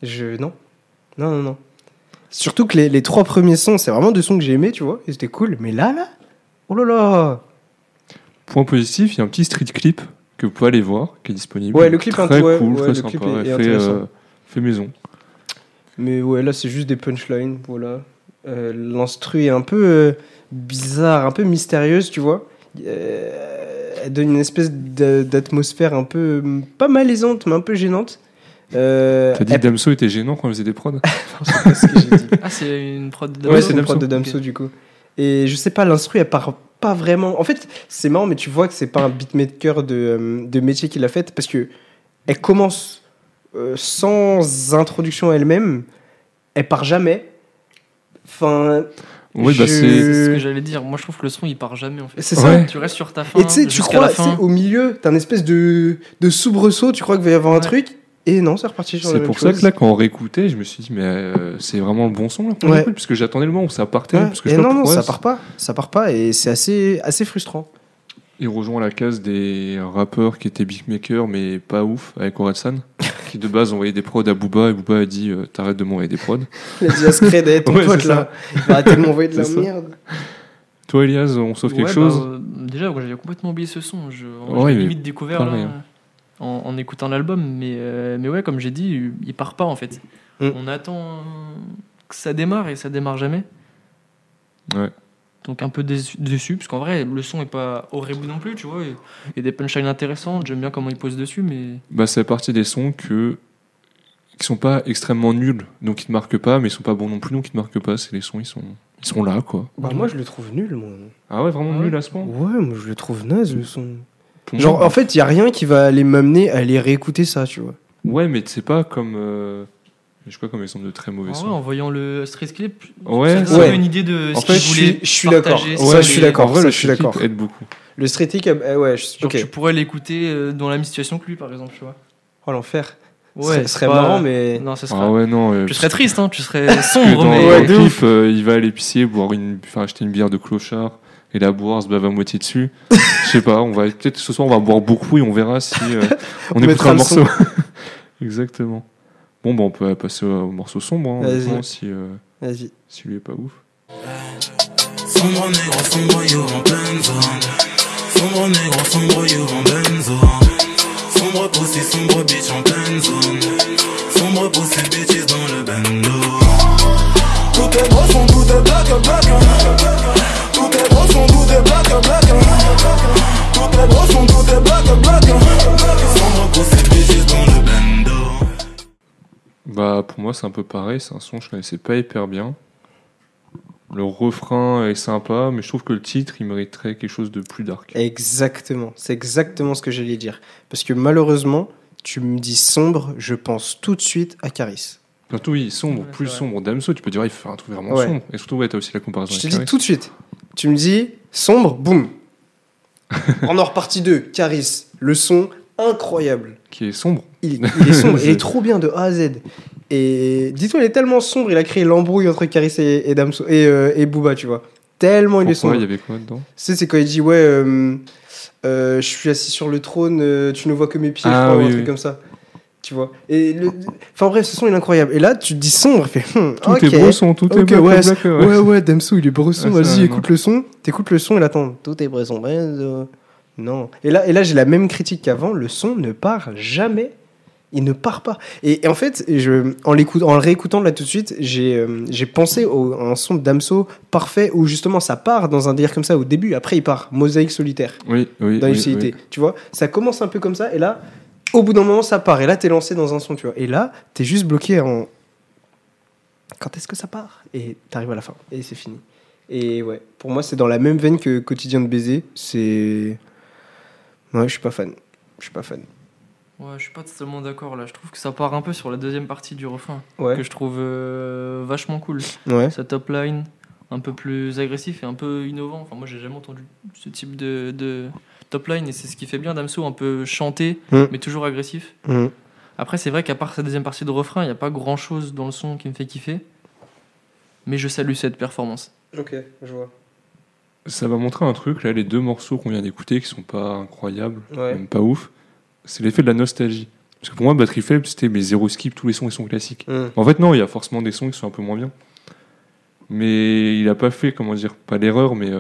Non. Surtout que les 3 premiers sons, c'est vraiment 2 sons que j'ai aimés, tu vois. Et c'était cool. Mais là, oh là là.
Point positif, il y a un petit street clip que vous pouvez aller voir, qui est disponible.
Ouais, le clip
très
un peu,
cool,
ouais,
très
le
sympa.
clip est intéressant.
Fait maison.
Mais ouais, là, c'est juste des punchlines, voilà. L'instru est un peu bizarre, un peu mystérieuse, tu vois. Elle donne une espèce d'atmosphère un peu, pas malaisante, mais un peu gênante.
T'as dit que Damso était gênant quand il faisait des prods?
Non, c'est pas ce que j'ai dit.
Ah, c'est une prod de Damso.
Ouais, c'est une
Damso.
prod de Damso,
Ok.
du coup. Et je sais pas, l'instru, elle part pas vraiment. En fait, c'est marrant, mais tu vois que c'est pas un beatmaker de métier qui l'a fait, parce que elle commence sans introduction elle-même, elle part jamais. Enfin.
Oui, bah
C'est ce
c'est.
que j'allais dire. Moi, je trouve que le son, il part jamais en fait.
C'est
Ouais.
ça.
Tu restes sur ta fin.
Et tu sais, tu
jusqu'à
crois,
la fin.
au milieu, t'as une espèce de soubresaut, tu crois qu'il va y avoir un
Ouais.
truc, et non, c'est reparti sur la
C'est
même
pour
chose.
ça que là, quand on réécoutait, je me suis dit, mais c'est vraiment le bon son là,
Ouais.
parce que j'attendais le moment où ça partait.
Ouais.
Parce que
Et
je sais pas
non,
pourquoi,
ça part pas, et c'est assez frustrant.
Il rejoint la case des rappeurs qui étaient beatmakers, mais pas ouf, avec Orelsan, qui de base envoyait des prods à Booba, et Booba a dit t'arrêtes de m'envoyer des prods.
Il a dit à Scred, ton
Ouais,
pote
c'est
là, il va arrêter de m'envoyer de la
C'est ça.
merde.
Toi, Elias, on sauve quelque
Ouais,
chose
bah, déjà, moi, j'avais complètement oublié ce son. Je
Ouais,
l'ai
mais
limite découvert
pareil,
là, en écoutant l'album. Mais ouais, comme j'ai dit, il part pas en fait. On attend que ça démarre et ça démarre jamais.
Ouais.
Donc un peu déçu, parce qu'en vrai, le son est pas horrible non plus, tu vois. Il y a des punchlines intéressantes, j'aime bien comment il pose dessus, mais.
Bah, c'est partie des sons qui sont pas extrêmement nuls, donc ils te marquent pas, mais ils sont pas bons non plus, donc ils te marquent pas. C'est les sons, ils sont là, quoi.
Bah, moi, je le trouve nul, moi.
Ah ouais, vraiment
Ah ouais.
nul à ce point.
Ouais, moi, je le trouve naze, le son.
Pour
Genre,
moi,
en fait, il y a rien qui va aller m'amener à aller réécouter ça, tu vois.
ouais, mais c'est pas comme. Je sais pas comme exemple de très mauvais
Ah ouais,
sons.
en voyant le street clip,
Ouais,
ça
ouais.
donne une idée de
En
ce
fait,
qu'il voulait
je suis d'accord.
partager.
Ouais, je suis d'accord.
En vrai,
ça,
le
je suis
clip
d'accord.
aide beaucoup.
Le street kick, ouais,
Genre,
ok.
tu pourrais l'écouter dans la même situation que lui, par exemple, tu vois.
Oh, l'enfer.
Ouais,
ce serait
pas-
marrant, mais.
Non, ça serait.
Ah ouais, non.
Tu serais triste, hein, tu serais
Parce que
sombre,
dans
mais.
le
de
clip, il va à l'épicier boire acheter une bière de clochard et la boire, se bave à moitié dessus. Je sais pas, peut-être ce soir on va boire beaucoup et on verra si on
mettra
écoutera
le
le morceau. Exactement. Bon, bah on peut passer au morceau sombre, hein,
Vas-y.
honnêtement, si
Vas-y.
lui est pas ouf.
Sombre négro, sombre you en pleine zone. Sombre négro, sombre you en pleine zone. Sombre pussy, sombre bitch en pleine zone. Sombre pussy bitches dans le bando. Tout est brosson, tout est black, black. Tout est brosson, tout est black, black. Tout est brosson, tout est black, black. Sombre pussy bitches dans le bando.
Bah pour moi c'est un peu pareil, c'est un son que je connaissais pas hyper bien. Le refrain est sympa, mais je trouve que le titre il mériterait quelque chose de plus dark.
Exactement. C'est exactement ce que j'allais dire. Parce que malheureusement, tu me dis sombre, je pense tout de suite à Caris.
Surtout oui, sombre,
Ouais,
plus
c'est vrai.
sombre. Damso, tu peux dire il fait un truc vraiment
Ouais.
sombre. Et surtout ouais, t'as aussi la comparaison
Je te
avec
dis
Caris.
tout de suite. Tu me dis sombre, boum. En or partie 2, Caris. Le son incroyable.
Qui est sombre.
Il est sombre, il est trop bien de A à Z. Et dis-toi, il est tellement sombre, il a créé l'embrouille entre Caris et Damso et Booba, tu vois. Tellement il est
Pourquoi
sombre.
il y avait quoi dedans?
C'est quand il dit ouais, je suis assis sur le trône, tu ne vois que mes pieds,
Ah,
je crois, ou
oui,
un truc
oui.
comme ça. Tu vois. Enfin bref, ce son il est incroyable. Et là, tu te dis sombre, il fait
Tout
ok.
est bresson, tout est
Ok,
black,
ouais,
black,
ouais, Damso, il est bresson,
Ouais, ça,
vas-y,
ouais,
écoute le son. T'écoutes le son et là, attends, tout est bresson. Non. Et là j'ai la même critique qu'avant. Le son ne part jamais. Il ne part pas. Et en fait, en le réécoutant là tout de suite, j'ai pensé à un son de Damso parfait où justement ça part dans un délire comme ça au début. Après, il part Mosaïque solitaire
Oui,
dans UCIT. Tu vois, ça commence un peu comme ça. Et là, au bout d'un moment, ça part. Et là, t'es lancé dans un son, tu vois. Et là, t'es juste bloqué en. Quand est-ce que ça part ? Et t'arrives à la fin. Et c'est fini. Et ouais, pour moi, c'est dans la même veine que Quotidien de baiser. Ouais, je suis pas fan.
Ouais, je suis pas totalement d'accord là. Je trouve que ça part un peu sur la deuxième partie du refrain.
Ouais.
Que je trouve vachement cool.
Ouais.
Sa top line, un peu plus agressif et un peu innovant. Enfin, moi, j'ai jamais entendu ce type de top line et c'est ce qui fait bien Damso, un peu chanté, mais toujours agressif. Après, c'est vrai qu'à part sa deuxième partie de refrain, il n'y a pas grand chose dans le son qui me fait kiffer. Mais je salue cette performance.
Ok, je vois.
Ça va montrer un truc, là, les 2 morceaux qu'on vient d'écouter qui sont pas incroyables,
Ouais.
même pas ouf. C'est l'effet de la nostalgie. Parce que pour moi, Batterie Faible, c'était mes 0 skip, tous les sons ils sont classiques. En fait, non, il y a forcément des sons qui sont un peu moins bien. Mais il a pas fait, comment dire, pas l'erreur, mais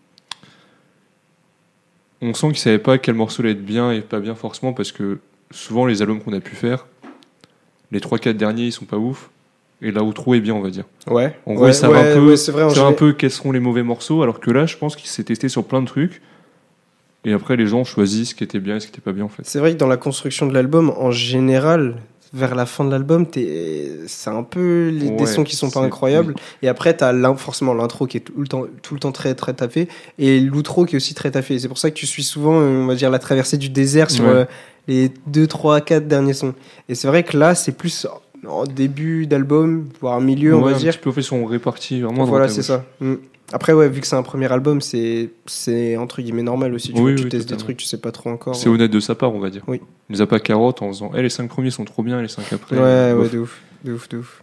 on sent qu'il savait pas quel morceau allait être bien et pas bien forcément, parce que souvent les albums qu'on a pu faire, les 3-4 derniers ils sont pas ouf, et la outro est bien, on va dire.
Ouais.
En gros,
ouais,
ils savent
ouais,
un peu,
ouais, c'est vrai,
un peu quels seront les mauvais morceaux, alors que là, je pense qu'il s'est testé sur plein de trucs. Et après, les gens choisissent ce qui était bien et ce qui était pas bien, en fait.
C'est vrai que dans la construction de l'album, en général, vers la fin de l'album, c'est un peu des sons qui sont pas incroyables. Et après, t'as forcément l'intro qui est tout le temps très, très taffé. Et l'outro qui est aussi très taffé. C'est pour ça que tu suis souvent, on va dire, la traversée du désert sur les 2, 3, 4 derniers sons. Et c'est vrai que là, c'est plus en début d'album, voire milieu, on va dire.
Un petit peu fait son réparti, vraiment.
Voilà, c'est ça. Après, ouais, vu que c'est un premier album, c'est entre guillemets normal aussi. Tu testes des trucs, tu sais pas trop encore.
C'est honnête de sa part, on va dire.
Oui.
Il nous a pas carotte en disant les 5 premiers sont trop bien, les 5 après.
Ouais, de ouf.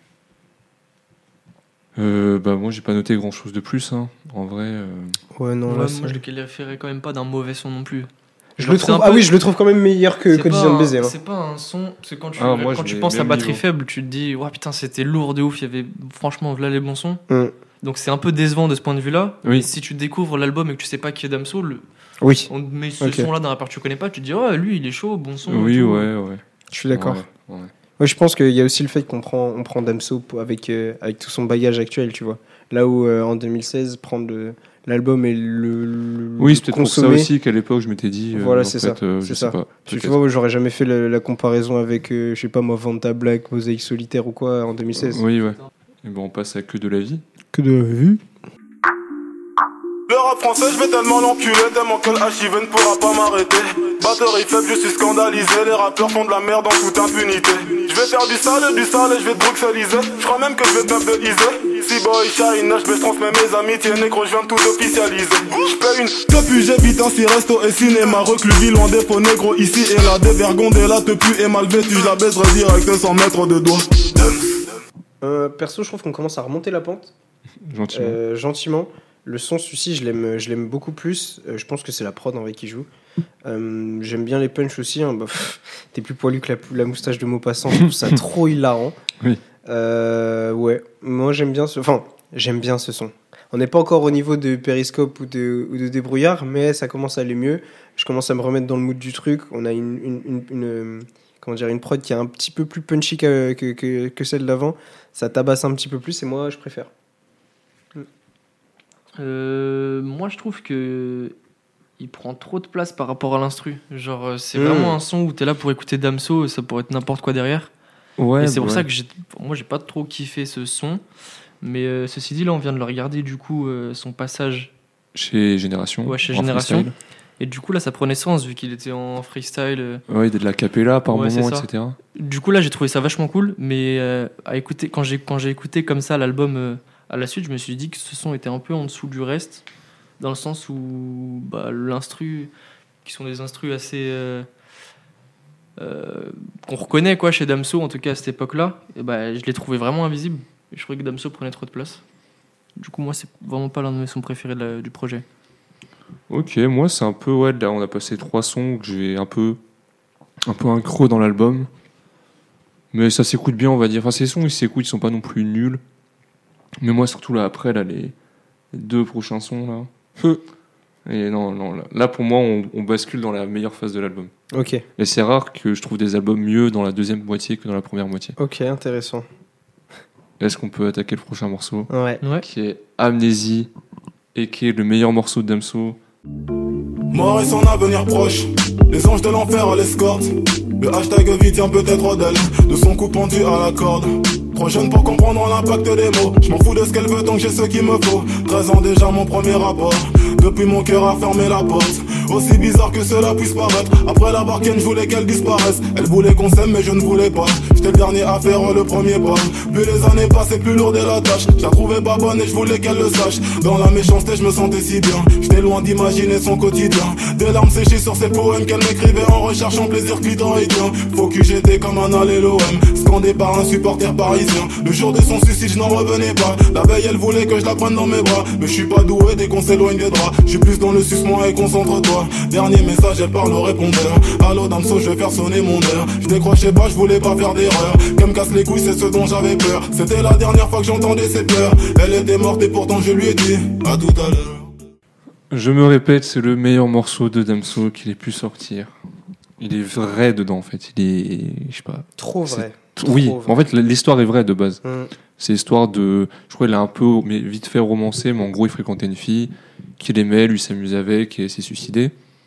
Moi, j'ai pas noté grand chose de plus, hein. En vrai.
Ouais, non,
moi, je le qualifierais quand même pas d'un mauvais son non plus.
Je le trouve quand même meilleur que Quotidien de baiser. Hein.
C'est pas un son. Parce que quand tu penses à Batterie Faible, tu te dis, ouais, putain, c'était lourd de ouf. Il y avait franchement là les bons sons. Donc c'est un peu décevant de ce point de vue-là.
Oui.
Et si tu découvres l'album et que tu sais pas qui est Damso, on te met ce son-là d'un rappeur que tu connais pas, tu te dis, oh, lui, il est chaud, bon son.
Oui, ouais.
Je suis d'accord. Ouais, je pense qu'il y a aussi le fait qu'on prend Damso avec tout son bagage actuel, tu vois. Là où en 2016, prendre l'album et le
oui, c'est peut-être
consommer.
pour ça aussi qu'à l'époque, je m'étais dit.
Voilà, c'est ça.
Je sais pas.
Tu vois, j'aurais jamais fait la comparaison avec, je sais pas moi, Vanta Black, Mosaïque solitaire ou quoi en 2016.
Oui, ouais. Et bon, on passe à Que de la vie.
Que de la vie.
Le rap français, je vais tellement l'enculer, tellement que l'H.I.V. ne pourra pas m'arrêter. Batterie faible, je suis scandalisé, les rappeurs font de la merde en toute impunité. Je vais faire du sale et je vais te bruxelliser. Je crois même que je vais te meubleiser. Si boy, shine, je transmets mes amitiés, négro, je viens de tout officialiser. Je paye une depuis j'habite ainsi resto et cinéma, reclus ville en dépôt négro, ici et là, dévergondé là, te pue et mal vêtu, je la baiserai direct 100 mètres de doigts.
Perso, je trouve qu'on commence à remonter la pente.
Gentiment.
Le son, celui-ci, je l'aime beaucoup plus. Je pense que c'est la prod en vrai qui joue. J'aime bien les punchs aussi. Hein. T'es plus poilu que la moustache de Maupassant. Je trouve ça trop hilarant.
Oui.
Ouais. Moi, j'aime bien ce son. On n'est pas encore au niveau de Périscope ou de Débrouillard, mais ça commence à aller mieux. Je commence à me remettre dans le mood du truc. On a une prod qui est un petit peu plus punchy que celle d'avant. Ça tabasse un petit peu plus et moi, je préfère.
Moi je trouve que il prend trop de place par rapport à l'instru. Genre c'est vraiment un son où t'es là pour écouter Damso et ça pourrait être n'importe quoi derrière. Ouais. Et c'est pour ça que moi j'ai pas trop kiffé ce son. Mais ceci dit là on vient de le regarder du coup son passage
chez Génération.
Ouais, chez Génération. Freestyle. Et du coup là ça prenait sens vu qu'il était en freestyle.
Ouais, il y a de la capella par moment, etc.
Du coup là j'ai trouvé ça vachement cool. Mais à écouter quand j'ai écouté comme ça l'album. À la suite, je me suis dit que ce son était un peu en dessous du reste, dans le sens où l'instru, qui sont des instrus assez qu'on reconnaît quoi chez Damso, en tout cas à cette époque-là, et je l'ai trouvé vraiment invisible. Et je trouvais que Damso prenait trop de place. Du coup, moi, c'est vraiment pas l'un de mes sons préférés du projet.
Ok, moi, c'est un peu là, on a passé 3 sons que j'ai un peu un creux dans l'album, mais ça s'écoute bien, on va dire. Enfin, ces sons, ils s'écoutent, ils sont pas non plus nuls. Mais moi, surtout là, après, là, les 2 prochains sons, là, Et non, là pour moi, on bascule dans la meilleure phase de l'album.
Ok,
Et c'est rare que je trouve des albums mieux dans la deuxième moitié que dans la première moitié.
ok, intéressant.
Est-ce qu'on peut attaquer le prochain morceau,
Ouais.
Ouais.
qui est Amnésie, et qui est le meilleur morceau de Damso.
Mort et son avenir proche. Les anges de l'enfer à l'escorte. Le hashtag vie tient peut-être d'elle. De son coup pendu à la corde. Trop jeune pour comprendre l'impact des mots. Je m'en fous de ce qu'elle veut tant que j'ai ce qu'il me faut. 13 ans déjà mon premier rapport. Depuis mon cœur a fermé la porte. Aussi bizarre que cela puisse paraître. Après la barquette je voulais qu'elle disparaisse. Elle voulait qu'on s'aime mais je ne voulais pas. J'étais le dernier à faire le premier pas. Plus les années passaient plus lourde est la tâche. Je la trouvais pas bonne et je voulais qu'elle le sache. Dans la méchanceté je me sentais si bien. J'étais loin d'imaginer son quotidien. Des larmes séchées sur ses poèmes qu'elle m'écrivait en recherchant plaisir clitoridien. Faut que j'étais comme un alléloème, scandé par un supporter parisien. Le jour de son suicide je n'en revenais pas. La veille elle voulait que je la prenne dans mes bras. Mais je suis pas doué dès qu'on s'éloigne des draps. Je suis plus dans le sucement et concentre-toi. Dernier message elle parle au répondeur. Allô Damso je vais faire sonner mon heure. Je décrochais pas, je voulais pas faire d'erreur. Qu'elle me casse les couilles c'est ce dont j'avais peur. C'était la dernière fois que j'entendais ses pleurs. Elle était morte et pourtant je lui ai dit à tout à l'heure.
Je me répète, c'est le meilleur morceau de Damso qu'il ait pu sortir. Il est vrai dedans en fait. Il est, je sais pas.
Trop
C'est-
vrai.
Oui,
Trop vrai.
en fait l'histoire est vraie de base.
Mm.
C'est l'histoire de, je crois qu'il a un peu, mais vite fait romancé, mais en gros il fréquentait une fille qu'il aimait, lui s'amusait avec et s'est suicidé.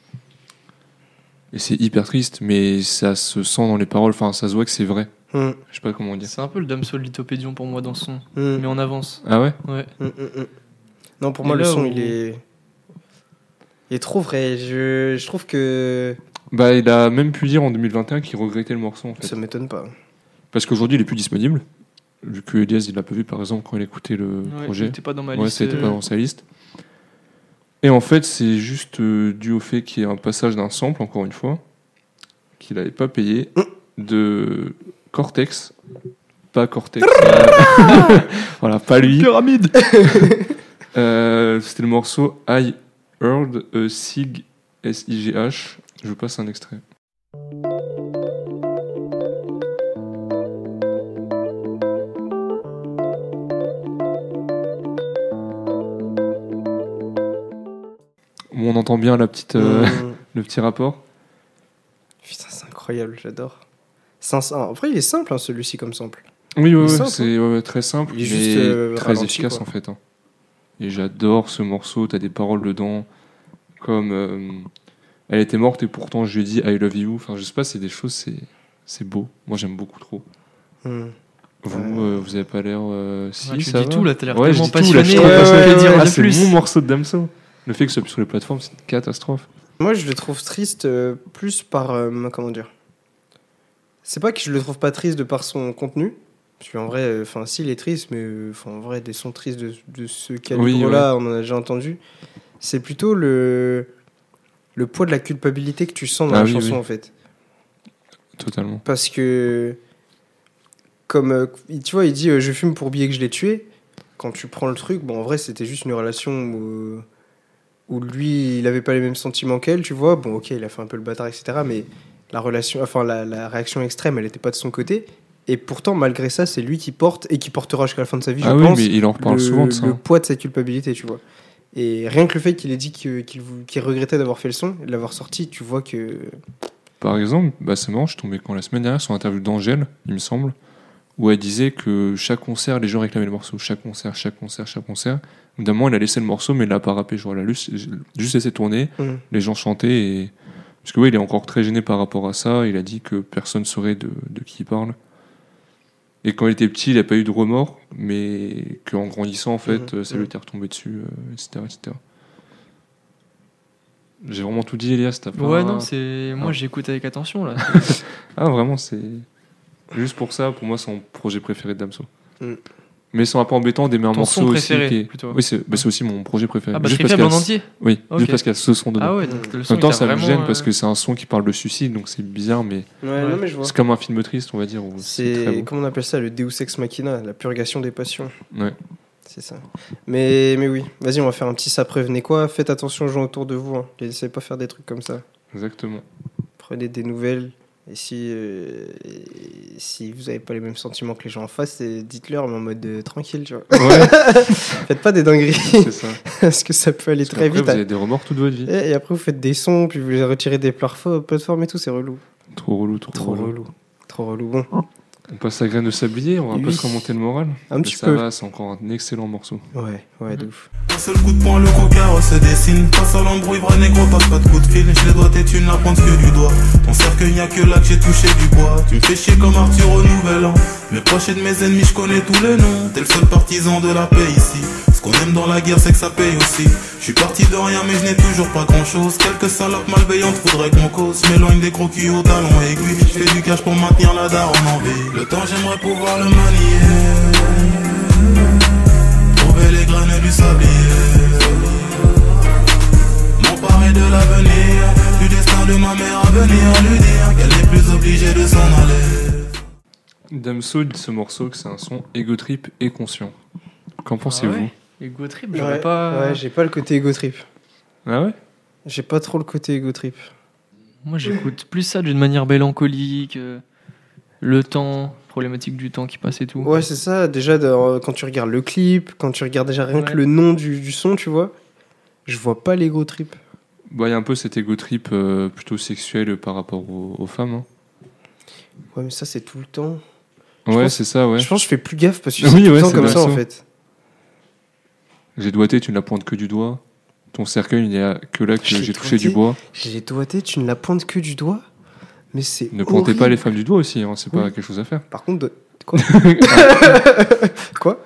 Et c'est hyper triste, mais ça se sent dans les paroles. Enfin, ça se voit que c'est vrai.
Mm.
Je sais pas comment dire.
C'est un peu le Damso de Lithopédion pour moi dans son.
Mm.
Mais en avance.
Ah ouais.
Ouais.
Non, pour
Et
moi, le
là
son,
où-
il est trop vrai. Je trouve que
Bah, il a même pu dire en 2021 qu'il regrettait le morceau en fait.
ça m'étonne pas.
Parce qu'aujourd'hui il est plus disponible. Vu que Elias il l'a pas vu par exemple quand il écoutait le
Ouais,
projet.
il était pas dans ma
Ouais,
liste.
ça n'était pas dans sa liste. Et en fait, c'est juste dû au fait qu'il y ait un passage d'un sample, encore une fois, qu'il n'avait pas payé, de Cortex. Pas Cortex. Voilà, pas lui.
Pyramide.
C'était le morceau I Heard a Sig, S-I-G-H. Je vous passe un extrait. Bon, on entend bien la petite, le petit rapport.
Putain, c'est incroyable, j'adore. Après, il est simple, hein, celui-ci, comme sample.
Oui,
Il est
ouais,
simple,
c'est ouais, très simple,
Il est
mais
juste,
très
ralenti,
efficace
quoi.
en fait. Hein. Et j'adore ce morceau, t'as des paroles dedans, comme elle était morte et pourtant je lui ai dit I love you. Enfin, je sais pas, c'est des choses, c'est beau. Moi, j'aime beaucoup trop.
Mm.
Vous avez pas l'air. Si,
Ouais, tu
ça
dis
va.
tout là, t'as l'air
Ouais, je
tellement
dis tout, là, je suis
passionné.
trop passionné.
que dire
Ah,
de
c'est
plus.
mon morceau de Damso. Le fait que ce soit plus sur les plateformes, c'est une catastrophe.
Moi, je le trouve triste plus par. Comment dire. C'est pas que je le trouve pas triste de par son contenu. Parce qu'en vrai, enfin, si, il est triste, mais en vrai, des sons tristes de ce calibre-là, on en a déjà entendu. C'est plutôt le poids de la culpabilité que tu sens dans
Ah
la
oui,
chanson,
oui.
en fait.
Totalement.
Parce que, comme tu vois, il dit je fume pour oublier que je l'ai tué. Quand tu prends le truc, bon, en vrai, c'était juste une relation où lui, il avait pas les mêmes sentiments qu'elle, tu vois. Bon, ok, il a fait un peu le bâtard, etc. Mais la relation, enfin, la réaction extrême, elle était pas de son côté. Et pourtant, malgré ça, c'est lui qui porte et qui portera jusqu'à la fin de sa vie,
Ah
je
oui,
pense,
mais il en reparle souvent de ça.
le poids de sa culpabilité, tu vois. Et rien que le fait qu'il ait dit qu'il regrettait d'avoir fait le son et de l'avoir sorti, tu vois que.
Par exemple, bah c'est marrant, je suis tombé quand la semaine dernière sur l'interview d'Angèle, il me semble, où elle disait que chaque concert, les gens réclamaient le morceau. Chaque concert. Évidemment, il a laissé le morceau, mais il l'a pas rappé. Genre, il a juste laissé tourner, les gens chantaient. Et... Parce que oui, il est encore très gêné par rapport à ça. Il a dit que personne ne saurait de qui il parle. Et quand il était petit, il n'a pas eu de remords, mais qu'en grandissant, en fait, ça lui était retombé dessus, etc., etc. J'ai vraiment tout dit, Elias, t'as pas...
Ouais, non, c'est. Moi, j'écoute avec attention là.
Ah, vraiment, c'est... Juste pour ça, pour moi, c'est mon projet préféré de Damso.
Mm.
Mais ça m'a pas embêtant d'aimer un
Ton
morceau
son
aussi
préféré,
qui est...
plutôt.
Oui, c'est aussi mon projet préféré.
Ah, bah,
Juste
très
parce
faible en
qu'il y a-
entier.
Oui,
Ok.
juste parce qu'il y a ce son dedans.
Ah ouais, donc le
En
son.
même temps,
il t'a
ça me
vraiment,
gêne parce que c'est un son qui parle de suicide, donc c'est bizarre, mais
Ouais, non, mais je vois.
c'est comme un film triste, on va dire. Où c'est très
C'est.
beau.
Comment on appelle ça? Le Deus Ex Machina, la purgation des passions.
Ouais.
C'est ça. Mais oui, vas-y, on va faire un petit ça prévenez quoi. Faites attention aux gens autour de vous. Hein. Laissez pas faire des trucs comme ça.
Exactement.
Prenez des nouvelles Et si vous n'avez pas les mêmes sentiments que les gens en face, dites-leur, mais en mode tranquille, tu vois.
Ouais,
Faites pas des dingueries,
c'est ça.
parce que ça peut aller
Parce
très
qu'après,
vite.
vous avez des remords toute votre vie.
Et après, vous faites des sons, puis vous les retirez des plateformes et tout, c'est relou.
Trop relou, trop relou.
Trop relou. Bon,
On passe à Graine de Sablier, on va un peu
Oui.
se remonter le moral.
un
Mais
petit
ça
peu.
va, c'est encore un excellent morceau.
Ouais, de ouf.
Un seul coup de poing, le coquin se dessine. Face à l'embrouille, vrai négro, passe pas de coup de fil. Je les dois tes thunes, la pointe que du doigt. Ton cercueil, n'y a que là que j'ai touché du bois. Tu me fais chier comme Arthur au nouvel an. Mes proches et de mes ennemis, je connais tous les noms. T'es le seul partisan de la paix ici. Ce qu'on aime dans la guerre, c'est que ça paye aussi. Je suis parti de rien, mais je n'ai toujours pas grand chose. Quelques salopes malveillantes voudraient qu'on cause. M'éloigne des croquis au talon aiguille. Je fais du cash pour maintenir la daronne en vie. Le temps, j'aimerais pouvoir le manier. Trouver les graines du sablier. M'emparer de l'avenir, du destin de ma mère à venir. Lui dire qu'elle n'est plus obligée de s'en aller.
Damso dit de ce morceau que c'est un son ego trip et conscient. Qu'en pensez-vous?
ouais. Ego trip, j'aurais pas.
Ouais, j'ai pas le côté ego trip.
Ah ouais?
J'ai pas trop le côté ego trip.
Moi, j'écoute plus ça d'une manière mélancolique. Le temps, problématique du temps qui passe et tout.
Ouais, c'est ça. Déjà, quand tu regardes le clip, quand tu regardes déjà rien que
Ouais.
le nom du son, tu vois, je vois pas l'ego trip.
Bah, il y a un peu cet ego trip plutôt sexuel par rapport aux femmes. Hein.
Ouais, mais ça, c'est tout le temps.
Ouais,
pense-
c'est ça, ouais.
Je pense que je fais plus gaffe parce que
Oui,
c'est tout
ouais,
le temps
c'est
comme ça,
Damso.
en fait.
J'ai doigté, tu ne la pointes que du doigt. Ton cercueil, il n'y a que là que
J'ai
j'ai touché
doigté.
du bois.
J'ai doigté, tu ne la pointes que du doigt. Mais c'est
Ne pointez
horrible.
pas les femmes du doigt aussi, hein, c'est pas
Oui.
quelque chose à faire.
Par contre, quoi Quoi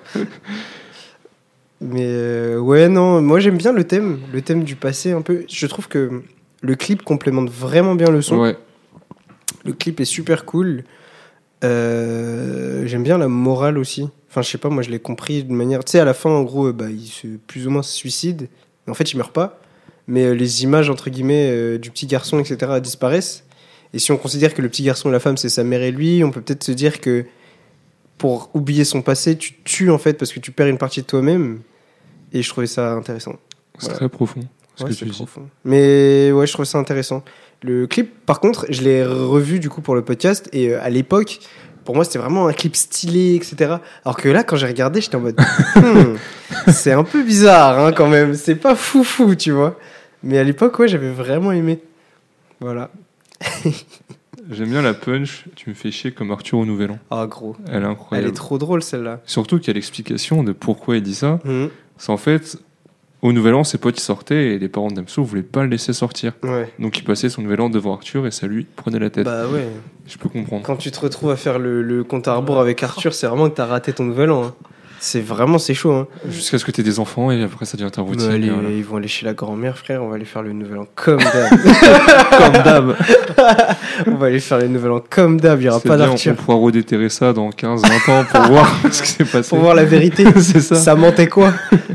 Mais ouais, non, moi j'aime bien le thème du passé un peu. Je trouve que le clip complémente vraiment bien le son.
Ouais,
Le clip est super cool. J'aime bien la morale aussi. Enfin, je sais pas, moi je l'ai compris d'une manière. Tu sais, à la fin, en gros, il se plus ou moins se suicide. Mais en fait, il meurt pas. Mais les images, entre guillemets, du petit garçon, etc., disparaissent. Et si on considère que le petit garçon et la femme, c'est sa mère et lui, on peut peut-être se dire que pour oublier son passé, tu te tues en fait parce que tu perds une partie de toi-même. Et je trouvais ça intéressant.
c'est
Voilà.
très profond ce
Ouais,
que
c'est
tu dis.
profond. Mais ouais, je trouve ça intéressant. Le clip, par contre, je l'ai revu du coup pour le podcast. Et à l'époque, pour moi, c'était vraiment un clip stylé, etc. Alors que là, quand j'ai regardé, j'étais en mode c'est un peu bizarre hein, quand même. C'est pas foufou, tu vois. Mais à l'époque, ouais, j'avais vraiment aimé. Voilà.
J'aime bien la punch, tu me fais chier comme Arthur au Nouvel An.
Ah, gros.
Elle est
Elle
incroyable.
est trop drôle celle-là.
Surtout qu'il y a l'explication de pourquoi il dit ça.
Mhm.
C'est en fait, au Nouvel An, ses potes ils sortaient et les parents de Damso voulaient pas le laisser sortir.
Ouais.
Donc il passait son Nouvel An devant Arthur et ça lui prenait la tête.
Bah ouais.
Je peux comprendre.
Quand tu te retrouves à faire le compte à rebours avec Arthur, c'est vraiment que t'as raté ton nouvel an. Hein. C'est chaud. Hein.
Jusqu'à ce que t'aies des enfants et après ça devient ta routine.
Mais allez,
et voilà.
ils vont aller chez la grand-mère, frère. On va aller faire le nouvel an comme d'hab.
Comme d'hab.
On va aller faire le nouvel an comme d'hab. Il n'y aura
C'est
pas
bien,
d'Arthur.
on pourra redéterrer ça dans 15-20 ans pour voir ce qui s'est passé.
Pour voir la vérité.
C'est ça.
Ça mentait quoi?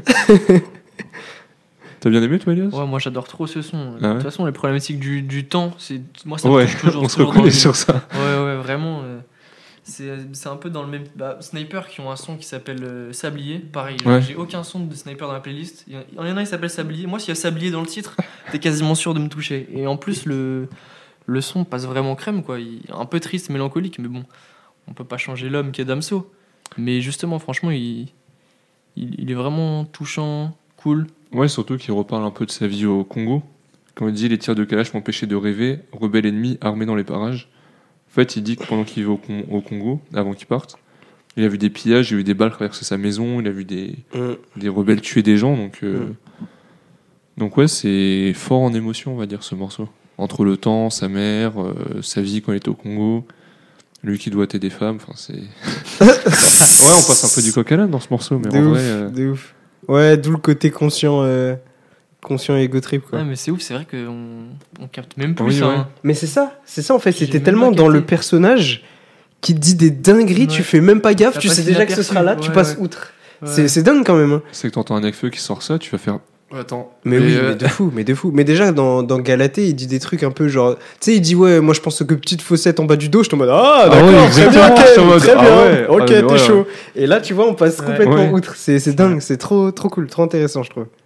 T'as bien aimé toi, Elias?
Ouais, moi j'adore trop ce son.
Ah ouais
De toute façon, les problématiques du temps, moi ça me
Ouais,
touche toujours.
on se
toujours dans
reconnaît
le-
sur ça.
Ouais, vraiment. C'est un peu dans le même. Sniper qui ont un son qui s'appelle Sablier. Pareil,
Ouais.
j'ai aucun son de Sniper dans la playlist. Il y en a un qui s'appelle Sablier. Moi, s'il y a Sablier dans le titre, t'es quasiment sûr de me toucher. Et en plus, le son passe vraiment crème, quoi. Il est un peu triste, mélancolique, mais bon, on peut pas changer l'homme qui est Damso. Mais justement, franchement, il est vraiment touchant, cool.
Ouais, surtout qu'il reparle un peu de sa vie au Congo. Quand il dit les tirs de Kalash m'empêchaient de rêver, rebelle ennemi armé dans les parages. En fait, il dit que pendant qu'il vivait au Congo, avant qu'il parte, il a vu des pillages, il a vu des balles traverser sa maison, il a vu des rebelles tuer des gens. Donc ouais, c'est fort en émotion, on va dire, ce morceau. Entre le temps, sa mère, sa vie quand il était au Congo, lui qui doit aider des femmes, enfin c'est... Ouais, on passe un peu du coq à l'âne dans ce morceau, mais
De
en
ouf,
vrai...
de ouf. Ouais, d'où le côté conscient et ego trip, quoi.
Ouais, mais c'est ouf, c'est vrai qu'on capte même plus
Oui,
ça.
ouais.
hein.
Mais c'est ça en fait.
J'ai
C'était
même
tellement
pas
dans
capté.
le personnage qui te dit des dingueries, tu
Ouais.
fais même pas gaffe,
Ça
tu
passe
sais déjà que ce
inaperçu.
sera là, tu
Ouais,
passes
ouais.
outre.
Ouais.
C'est dingue quand même. Hein.
C'est que t'entends un Nekfeu qui sort ça, tu vas faire... Attends.
Mais oui, mais de fou. Mais déjà, dans Galatée, il dit des trucs un peu genre. Tu sais, il dit, ouais, moi je pense que petite fossette en bas du dos, je suis en mode, ah, d'accord,
oui,
très bien,
exactement, je suis en mode,
très
ah
bien,
ouais,
ok,
ah, mais
t'es
voilà.
chaud. Et là, tu vois, on passe
Ouais.
complètement
Ouais.
outre. C'est dingue, c'est trop cool, trop intéressant, je trouve.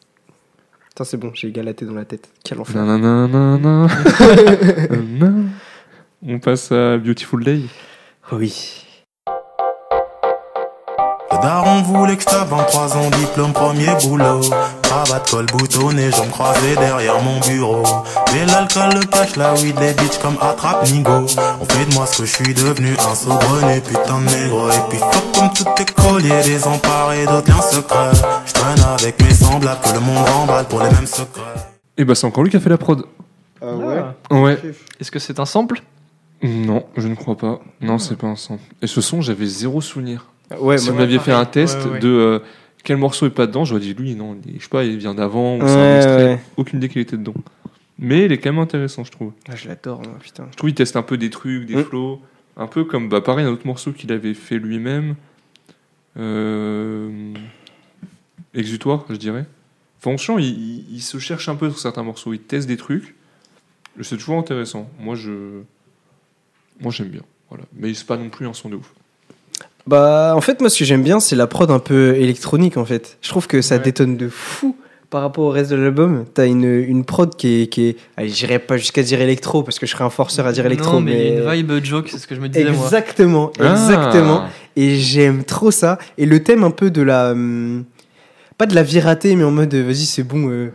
Putain, c'est bon, j'ai Galatée dans la tête. Quel enfer.
Nananana. On passe à Beautiful Day.
Oui.
Le daron voulait que je tape 23 ans, diplôme, premier boulot. Cravate, col boutonné, jambes croisées derrière mon bureau. Mais l'alcool, le cash, la weed, les bitches comme attrape-nigo. On fait de moi ce que je suis devenu, un saugrenu, putain de négro. Et puis fuck comme tous tes colliers, désemparés d'aucun secret. Je traîne avec mes semblables, que le monde remballe pour les mêmes secrets.
Et bah c'est encore lui qui a fait la prod.
Ah ouais.
Ouais.
Est-ce que c'est un sample?
Non, je ne crois pas. Non, c'est pas un sample. Et ce son, j'avais zéro souvenir.
Ouais,
Si
moi,
vous m'aviez fait un test
Ouais, ouais.
de quel morceau est pas dedans, j'aurais dit lui, non, je sais pas, il vient d'avant, ou c'est un
Ouais,
extrait.
ouais.
Aucune idée qu'il était dedans. Mais il est quand même intéressant, je trouve.
Ah, je l'adore, moi, putain.
Je trouve qu'il teste un peu des trucs, des flows, un peu comme, bah pareil, un autre morceau qu'il avait fait lui-même. Exutoire, je dirais. Franchement, il se cherche un peu sur certains morceaux, il teste des trucs. C'est toujours intéressant. Moi, j'aime bien. Voilà. Mais c'est pas non plus un son de ouf.
Bah, en fait, moi, ce que j'aime bien, c'est la prod un peu électronique, en fait. Je trouve que ça détonne de fou par rapport au reste de l'album. T'as une prod qui est... Allez, j'irais pas jusqu'à dire électro, parce que je serais un forceur à dire électro,
Non, mais il y a une vibe joke, c'est ce que je me disais, moi.
Exactement, exactement. Et j'aime trop ça. Et le thème un peu de la... pas de la vie ratée, mais en mode, vas-y, c'est bon...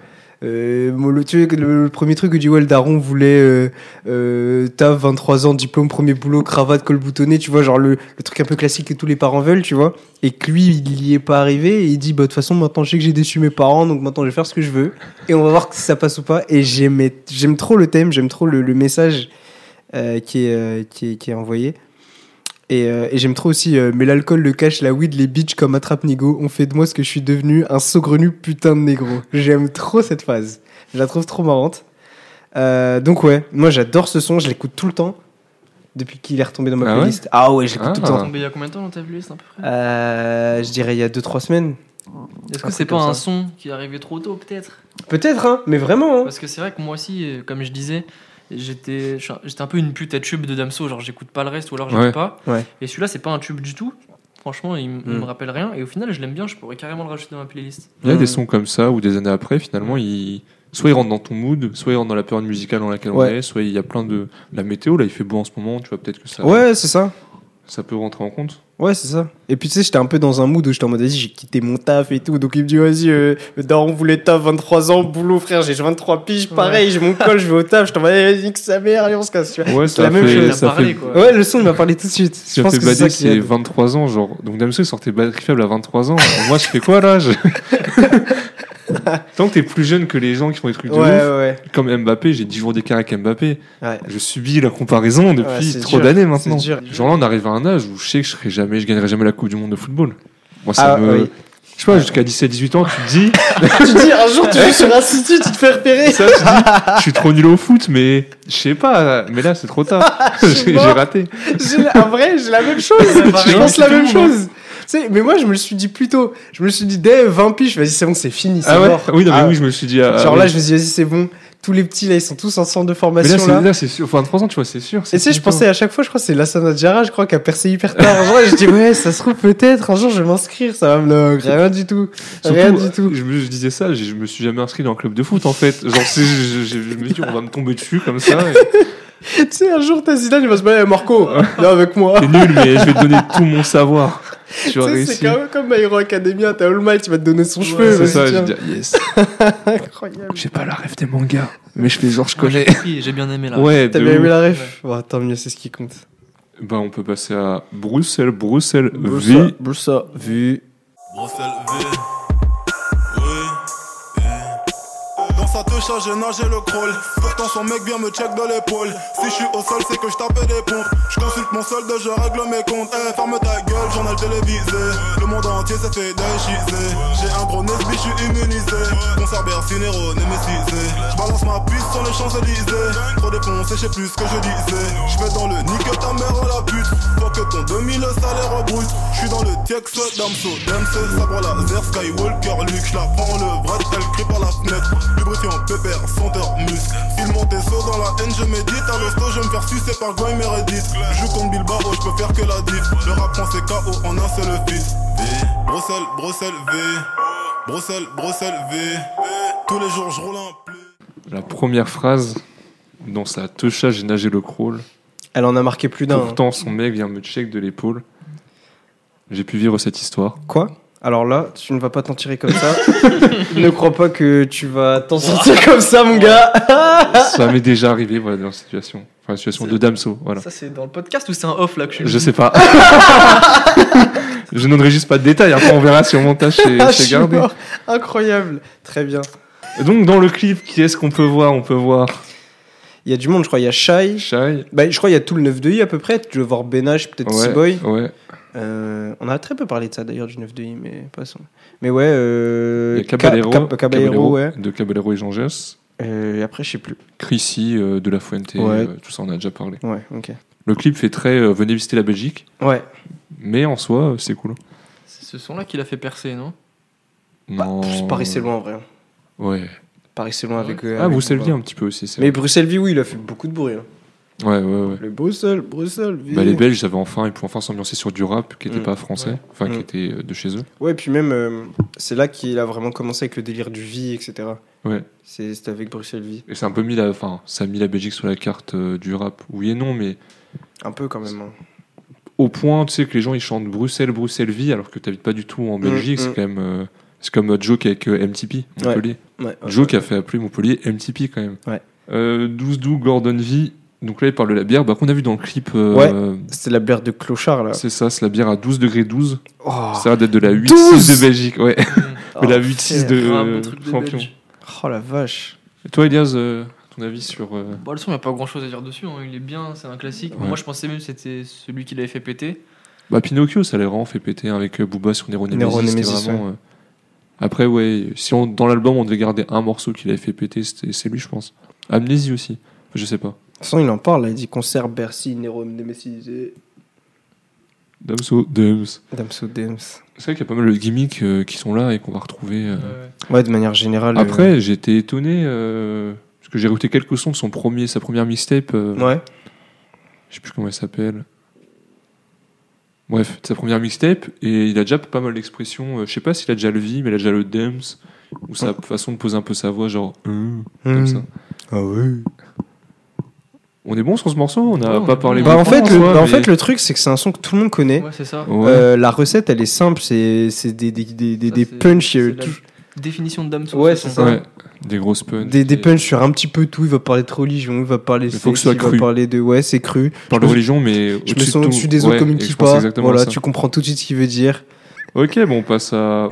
tu sais, le premier truc que dit ouais, le daron voulait taf, 23 ans, diplôme, premier boulot, cravate, col boutonné, tu vois, genre le truc un peu classique que tous les parents veulent, tu vois, et que lui il y est pas arrivé et il dit bah de toute façon maintenant je sais que j'ai déçu mes parents, donc maintenant je vais faire ce que je veux et on va voir si ça passe ou pas. Et j'aime trop le thème, j'aime trop le message qui est envoyé. Et j'aime trop aussi mais l'alcool, le cash, la weed, les bitches comme attrape-nigo ont fait de moi ce que je suis devenu, un saugrenu putain de négro. J'aime trop cette phase, je la trouve trop marrante. Donc ouais, moi j'adore ce son, je l'écoute tout le temps depuis qu'il est retombé dans ma playlist. Ah ouais, je l'écoute tout le temps.
Tombé il y a combien de temps dans ta playlist à peu près?
Je dirais il y a 2-3 semaines.
Est-ce que c'est pas un son qui est arrivé trop tôt peut-être?
Peut-être hein, mais vraiment hein.
Parce que c'est vrai que moi aussi, comme je disais, j'étais un peu une pute à tube de Damso, genre j'écoute pas le reste ou alors j'écoute pas. Ouais. Et celui-là c'est pas un tube du tout. Franchement, il me rappelle rien et au final je l'aime bien, je pourrais carrément le rajouter dans ma playlist.
Il y a des sons comme ça où des années après finalement soit il rentre dans ton mood, soit il rentre dans la période musicale dans laquelle on est, soit il y a plein de la météo là, il fait beau en ce moment, tu vois peut-être que ça.
Ouais, c'est ça.
Ça peut rentrer en compte.
Ouais, c'est ça. Et puis tu sais, j'étais un peu dans un mood où j'étais en mode vas-y, j'ai quitté mon taf et tout. Donc il me dit vas-y, le daron voulait taf, 23 ans, boulot frère, j'ai 23 piges, pareil, j'ai mon col, je vais au taf, je t'en vas-y, que sa mère, allez on se casse. Tu vois.
Ouais,
c'est la même chose.
Quoi.
Ouais, le son il m'a parlé tout de suite.
Je pense que c'est ça c'est 23 ans, genre. Donc Damso il sortait Batterie Faible à 23 ans. Moi je fais quoi là Tant que t'es plus jeune que les gens qui font des trucs de ouf, comme Mbappé, j'ai 10 jours d'écart avec Mbappé. Ouais. Je subis la comparaison depuis trop d'années maintenant. Genre là, on arrive à un âge où je sais que je gagnerai jamais la Coupe du Monde de football. Moi, ça me. Je sais pas, jusqu'à 17-18 ans, tu te dis.
Tu te dis, un jour, tu joues sur un site, tu te fais repérer.
Ça, tu te dis, je suis trop nul au foot, mais je sais pas. Mais là, c'est trop tard. J'ai raté.
En vrai, j'ai la même chose. Je pense la même chose. Tu sais, mais moi, je me le suis dit plus tôt. Je me suis dit, dès 20 piges, vas-y, c'est bon, c'est fini, c'est mort.
Oui, non, mais oui, je me suis dit.
Genre là, je me suis dit, vas-y, c'est bon. Tous les petits, là, ils sont tous en centre de formation.
Mais là, c'est sûr. Enfin, 23 ans, tu vois, c'est sûr.
Et tu sais, je pensais à chaque fois, je crois que c'est Lassana Diarra, je crois, qui a percé hyper tard. Genre, je dis, ouais, ça se trouve peut-être, un jour, je vais m'inscrire, ça va me. Rien du tout.
Surtout,
rien du tout.
Je disais ça, je me suis jamais inscrit dans un club de foot, en fait. Genre, je me dis, on va me tomber dessus comme ça.
Tu sais, un jour, t'as Zidane, il va se dire, Marco, viens avec moi.
C'est nul, mais je vais te donner tout mon savoir. Tu vas réussir.
C'est quand même comme My Hero Academia, t'as All Might, il va te donner son cheveu.
C'est ça, je dis, yes.
Incroyable.
J'ai pas la rêve des mangas, mais je fais genre, je connais.
J'ai bien aimé la rêve.
Ouais,
t'as bien aimé la rêve? Ouais, tant mieux, c'est ce qui compte.
Bah, on peut passer à Bruxelles V.
Bruxelles V.
Ça te charge, j'ai nagé le crawl. Pourtant son mec vient me check de l'épaule. Si je suis au sol, c'est que je tapais des pompes. Je consulte mon solde, je règle mes comptes. Ferme ta gueule, journal télévisé. Le monde entier s'est fait déchiser. J'ai un gros Nesby, je suis immunisé. Concert Bercy, Nero, Némécisé. Je balance ma piste sur les Champs-Élysées. Trop défoncé, je sais plus ce que je disais. Je vais dans le nique ta mère à la pute. Faut que ton 2000 salaire brut. Je suis dans le Tiex, Damso, Dempsey, sabre laser, Skywalker, Luke. Je la prends le bras, elle crie par la fenêtre. Pépère, senteur, muscle. Filmant tes sauts dans la haine, je médite. À l'hosto, je vais me faire sucer par Goy Meredith. Je joue contre Bilbao, je peux faire que la diff. Le rap français KO en un seul fils. V, Bruxelles V. Bruxelles V. Tous les jours, je roule un plus.
La première phrase, dans sa techa, j'ai nagé le crawl.
Elle en a marqué plus d'un.
Pourtant, son mec vient me check de l'épaule. J'ai pu vivre cette histoire.
Quoi ? Alors là, tu ne vas pas t'en tirer comme ça. Ne crois pas que tu vas t'en sortir comme ça, mon gars.
Ça m'est déjà arrivé voilà, dans la situation. Enfin, la situation de Damso. Voilà.
Ça, c'est dans le podcast ou c'est un off là que je suis
Je sais pas. Je ne juste pas de détails. Après, on verra si on montage
Je
chez
suis
Gardé.
mort. Incroyable. Très bien.
Donc, dans le clip, qui est-ce qu'on peut voir ? On peut voir
Il y a du monde, je crois. Il y a Shai.
Shai.
Bah, je crois qu'il y a tout le 9 de I à peu près. Tu veux voir Benache, peut-être C-Boy.
Ouais.
On a très peu parlé de ça d'ailleurs, du 9 de I, mais passons. Mais ouais.
Il y a Caballero.
Caballero, ouais.
De Caballero et Jean Jess.
Et après, je sais plus.
Chrissy, De La Fuente.
Ouais.
Tout ça, on a déjà parlé.
Ouais, ok.
Le clip fait très venez visiter la Belgique.
Ouais.
Mais en soi, c'est cool.
C'est ce son-là qui l'a fait percer, non ?
Non.
Paris, c'est loin en vrai.
Ouais.
Paris, c'est loin avec.
Ah, Bruxelles-Vie un petit peu aussi.
Mais Bruxelles-Vie, oui, il a fait beaucoup de bruit. Hein.
Ouais.
Le Bruxelles.
Bah, les Belges ils pouvaient enfin s'ambiancer sur du rap qui n'était pas français, enfin qui était de chez eux.
Ouais, puis même, c'est là qu'il a vraiment commencé avec le délire du vie, etc.
Ouais.
C'était avec Bruxelles-Vie.
Et c'est un peu ça a mis la Belgique sur la carte du rap. Oui et non, mais.
Un peu quand même. Hein.
Au point, tu sais, que les gens ils chantent Bruxelles-Vie alors que t'habites pas du tout en Belgique, c'est quand même. C'est comme Joke avec MTP, Montpellier.
Ouais,
Joke a fait appeler Montpellier MTP quand même.
Ouais.
12 Doux, Gordon V. Donc là, il parle de la bière qu'on a vu dans le clip.
Ouais, c'est la bière de Clochard là.
C'est ça, c'est la bière à 12 degrés 12.
Oh,
Ça a l'air d'être de la 8-6 de Belgique. Ouais.
Oh,
la 8-6 de champion.
Oh la vache.
Et toi, Elias, ton avis sur.
Bon, le son, il n'y a pas grand chose à dire dessus. Hein. Il est bien, c'est un classique.
Ouais.
Moi, je pensais même que c'était celui qui l'avait fait péter.
Bah, Pinocchio, ça l'a vraiment fait péter avec Booba sur Nero Nemesis. C'était vraiment. Après, ouais, si dans l'album on devait garder un morceau qui l'avait fait péter, c'est lui, je pense. Amnésie aussi. Je sais pas.
De toute façon, il en parle, là. Il dit concert Bercy, Nero Nemesis et...
Damso Dems.
Damso Dems.
C'est vrai qu'il y a pas mal de gimmicks qui sont là et qu'on va retrouver.
Ouais, de manière générale.
Après, j'étais étonné parce que j'ai écouté quelques sons de sa première mixtape.
Ouais.
Je sais plus comment elle s'appelle. Bref, de sa première mixtape, et il a déjà pas mal d'expressions. Je sais pas s'il a déjà le V, mais il a déjà le Dems, ou sa façon de poser un peu sa voix, genre comme ça.
Ah ouais.
On est bon sur ce morceau, on n'a
Ouais,
pas
on est
parlé
bon.
Bah,
beaucoup.
en fait, le truc, c'est que c'est un son que tout le monde connaît.
Ouais, c'est ça.
Ouais.
La recette, elle est simple, c'est des
Ça,
punchs.
c'est la définition de Damso.
Ouais,
ce
c'est
son.
ça.
Ouais, des grosses punches.
Des punchs sur un petit peu tout. Il va parler de religion, il va parler de
Il faut que
sexe,
ce soit
il va
cru.
parler de. Ouais, c'est cru.
On parle de religion, mais
Je me sens au-dessus des eaux comme une kippa. Voilà, tu comprends tout de suite ce qu'il veut dire.
Ok, bon, on passe à.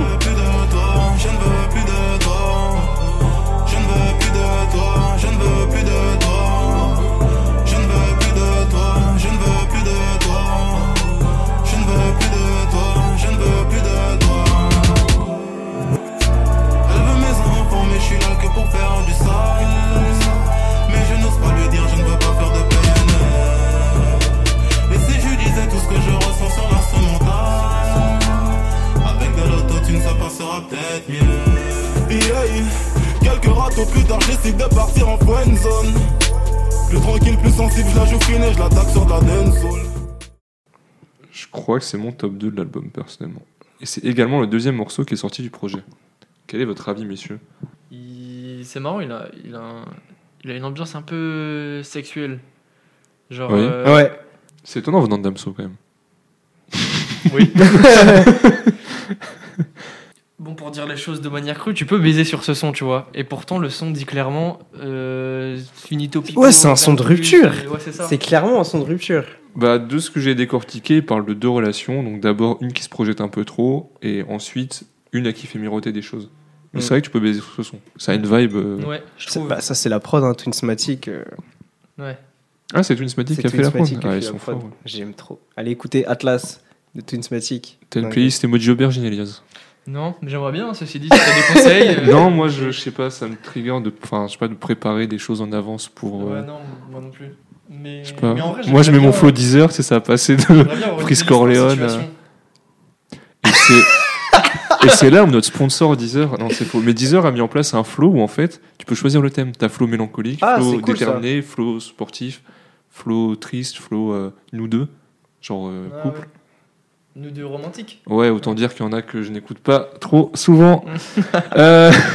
Quelques râteaux plus tard, j'essaie de partir en friend zone. Plus tranquille, plus sensible, je la joue fine et je l'attaque sur de la dancehall.
Je crois que c'est mon top 2 de l'album, personnellement. Et c'est également le deuxième morceau qui est sorti du projet. Quel est votre avis, messieurs ?
C'est marrant, il a une ambiance un peu sexuelle. Genre.
Oui.
Ouais.
C'est étonnant venant de Damso, quand même.
Oui. Bon, pour dire les choses de manière crue, tu peux baiser sur ce son, tu vois. Et pourtant, le son dit clairement finito pico.
Ouais, c'est un son de rupture.
Ouais, c'est ça.
C'est clairement un son de rupture.
Bah, de ce que j'ai décortiqué, il parle de deux relations. Donc d'abord, une qui se projette un peu trop, et ensuite, une à qui fait miroiter des choses. Mais c'est vrai que tu peux baiser sur ce son. Ça a une vibe...
Ouais, je trouve.
Ça, c'est la prod, hein, Twinsmatic.
Ouais.
Ah, c'est Twinsmatic qui a fait la prod. Ah, ils sont forts. Ouais.
J'aime trop. Allez écouter Atlas de Twinsmatic.
T'as une playlist emoji aubergine, Elias?
Non, mais j'aimerais bien, ceci dit, si t'as des conseils.
Non, moi, je sais pas, ça me trigger de préparer des choses en avance pour...
Ouais, non, moi non plus. Mais,
je sais pas.
Mais en vrai,
moi, je mets mon
bien,
flow Deezer, ça a passé de Frisk Corleone. Et c'est là où notre sponsor Deezer... Non, c'est faux. Mais Deezer a mis en place un flow où, en fait, tu peux choisir le thème. T'as flow mélancolique, flow
cool,
déterminé, flow sportif, flow triste, flow nous deux, genre couple.
Ouais. Nous deux romantiques.
Ouais, autant dire qu'il y en a que je n'écoute pas trop souvent.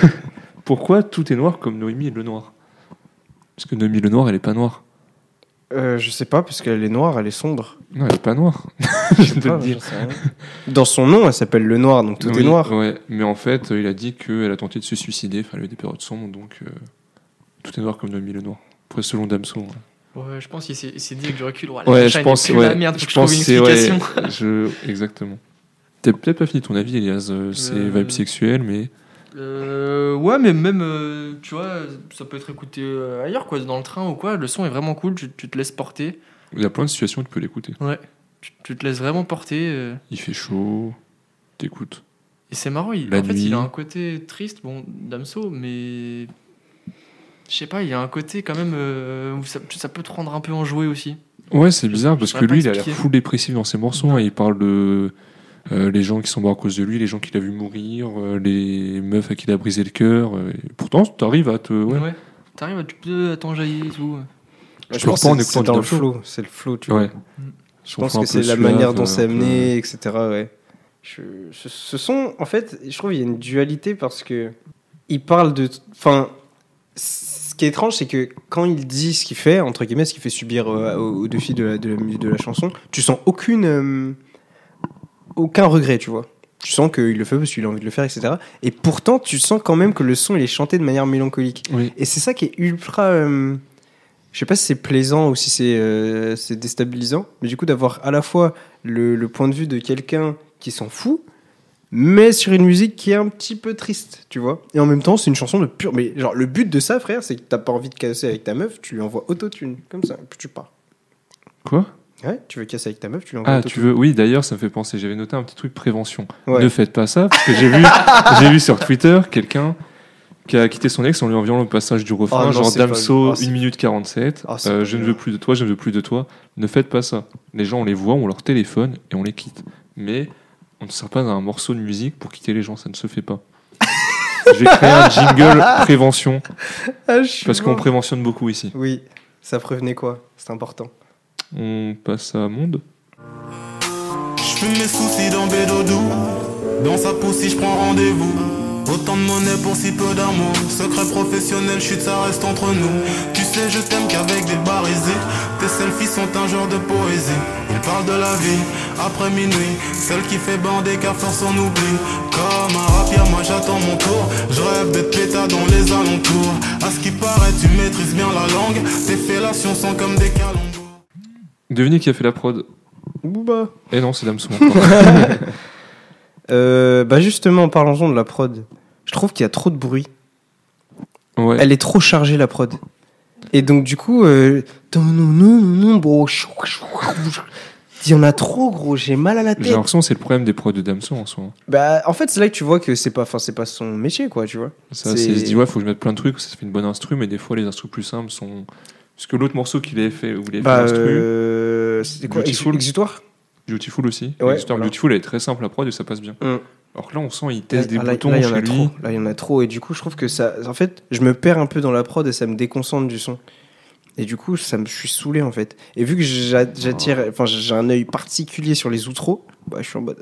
Pourquoi tout est noir comme Noémie Lenoir? Parce que Noémie Lenoir, elle est pas noire.
Je sais pas, parce qu'elle est noire, elle est sombre.
Non, elle est pas noire.
Je
Je
sais
viens de
pas,
le dire.
j'en sais rien. Dans son nom, elle s'appelle Le Noir, donc tout
Oui,
est noir.
Ouais, mais en fait, il a dit qu'elle a tenté de se suicider, enfin, elle a eu des périodes sombres, donc tout est noir comme Noémie Lenoir. Après, selon Damso.
Ouais, je pense qu'il s'est dit avec du recul.
Ouais,
la
je
chaîne
pense,
est plus
ouais,
la merde, faut
je
que je trouve
pense
une
que c'est, ouais,
explication.
exactement. T'as peut-être pas fini ton avis, Elias. C'est vibe sexuelle, mais.
Ouais, mais même, tu vois, ça peut être écouté ailleurs, quoi, dans le train ou quoi. Le son est vraiment cool, tu te laisses porter.
Il y a plein de situations où tu peux l'écouter.
Ouais, tu te laisses vraiment porter.
Il fait chaud, t'écoutes.
Et c'est marrant,
La
en fait,
nuit.
il a un côté triste, bon, Damso, mais. Je sais pas, il y a un côté quand même où ça peut te rendre un peu enjoué aussi.
Ouais, c'est bizarre parce
je
que
saurais pas
lui, il a l'air
expliquer.
full dépressif dans ses morceaux. Hein. Il parle de les gens qui sont morts à cause de lui, les gens qu'il a vu mourir, les meufs à qui il a brisé le cœur. Et pourtant, t'arrives à te. Ouais.
Ouais. T'arrives à t'enjailler et tout.
Je
Je
peux
pense
reprendre
que
en écoutant
c'est dans
du
le
Damso.
flow, c'est le flow, tu vois.
Ouais.
Je pense que c'est la manière dont c'est amené, etc. Ouais. Ce son, en fait, je trouve qu'il y a une dualité parce que il parle de. Enfin, ce qui est étrange, c'est que quand il dit ce qu'il fait, entre guillemets, ce qu'il fait subir aux deux filles de la chanson, tu sens aucun regret, tu vois. Tu sens qu'il le fait parce qu'il a envie de le faire, etc. Et pourtant, tu sens quand même que le son, il est chanté de manière mélancolique.
Oui.
Et c'est ça qui est ultra. Je sais pas si c'est plaisant ou si c'est déstabilisant, mais du coup, d'avoir à la fois le point de vue de quelqu'un qui s'en fout, mais sur une musique qui est un petit peu triste, tu vois. Et en même temps, c'est une chanson de pur. Mais genre, le but de ça, frère, c'est que t'as pas envie de casser avec ta meuf, tu lui envoies autotune, comme ça, puis tu pars.
Quoi?
Ouais, tu veux casser avec ta meuf, tu lui envoies
Ah,
autotune.
tu veux. Oui, d'ailleurs, ça me fait penser. J'avais noté un petit truc prévention.
Ouais.
Ne faites pas ça, parce que j'ai vu sur Twitter quelqu'un qui a quitté son ex en lui enviant le passage du refrain,
Oh non,
genre
c'est pas-
Damso,
oh, c'est-
1 minute 47,
Oh, c'est pas
je ne
bien.
veux plus de toi, je ne veux plus de toi. Ne faites pas ça. Les gens, on les voit, on leur téléphone et on les quitte. Mais on ne sert pas d'un morceau de musique pour quitter les gens, ça ne se fait pas. Je vais créer un jingle prévention,
Ah, je suis
parce qu'on
mort.
préventionne beaucoup ici.
Oui, ça prévenait quoi? C'est important.
On passe à Monde.
J'fume mes soucis dans Bédodou. Dans sa poussée, j'prends rendez-vous. Autant de monnaie pour si peu d'amour. Secret professionnel, chute, ça reste entre nous. Tu sais, je t'aime qu'avec des barisés. Tes selfies sont un genre de poésie. Ils parlent de la vie après minuit. Celle qui fait bander car force on oublie. Comme un rapier, moi j'attends mon tour. Je rêve d'être pétard dans les alentours. À ce qui paraît, tu maîtrises bien la langue. Tes fellations sont comme des calembours.
Devinez qui a fait la prod.
Booba.
Eh non, c'est Damso encore.
Bah justement, parlons-en de la prod. Je trouve qu'il y a trop de bruit.
Ouais.
Elle est trop chargée, la prod. Et donc, du coup, bro. Il y en a trop, gros. J'ai mal à la
J'ai
tête.
l'impression que c'est le problème des prods de Damso en soi.
Bah, en fait, c'est là que tu vois que c'est pas son métier, quoi, tu vois.
Ça,
C'est-
c'est se dit, ouais, faut que je mette plein de trucs, ça fait une bonne instru, mais des fois, les instrus plus simples sont. Parce que l'autre morceau qu'il avait fait, où il avait
Bah,
fait l'instru,
c'était quoi?
Beautiful.
Exutoire?
Beautiful aussi.
Ouais,
L'histoire
voilà.
Beautiful, elle est très simple, la prod, et ça passe bien.
Mm.
Alors que là, on sent, il teste des
Là,
boutons
là, il y en
chez
a
lui.
trop. Là, il y en a trop. Et du coup, je trouve que ça. En fait, je me perds un peu dans la prod et ça me déconcentre du son. Et du coup, je suis saoulé en fait. Et vu que j'attire. Enfin, j'ai un œil particulier sur les outros, bah, je suis en mode.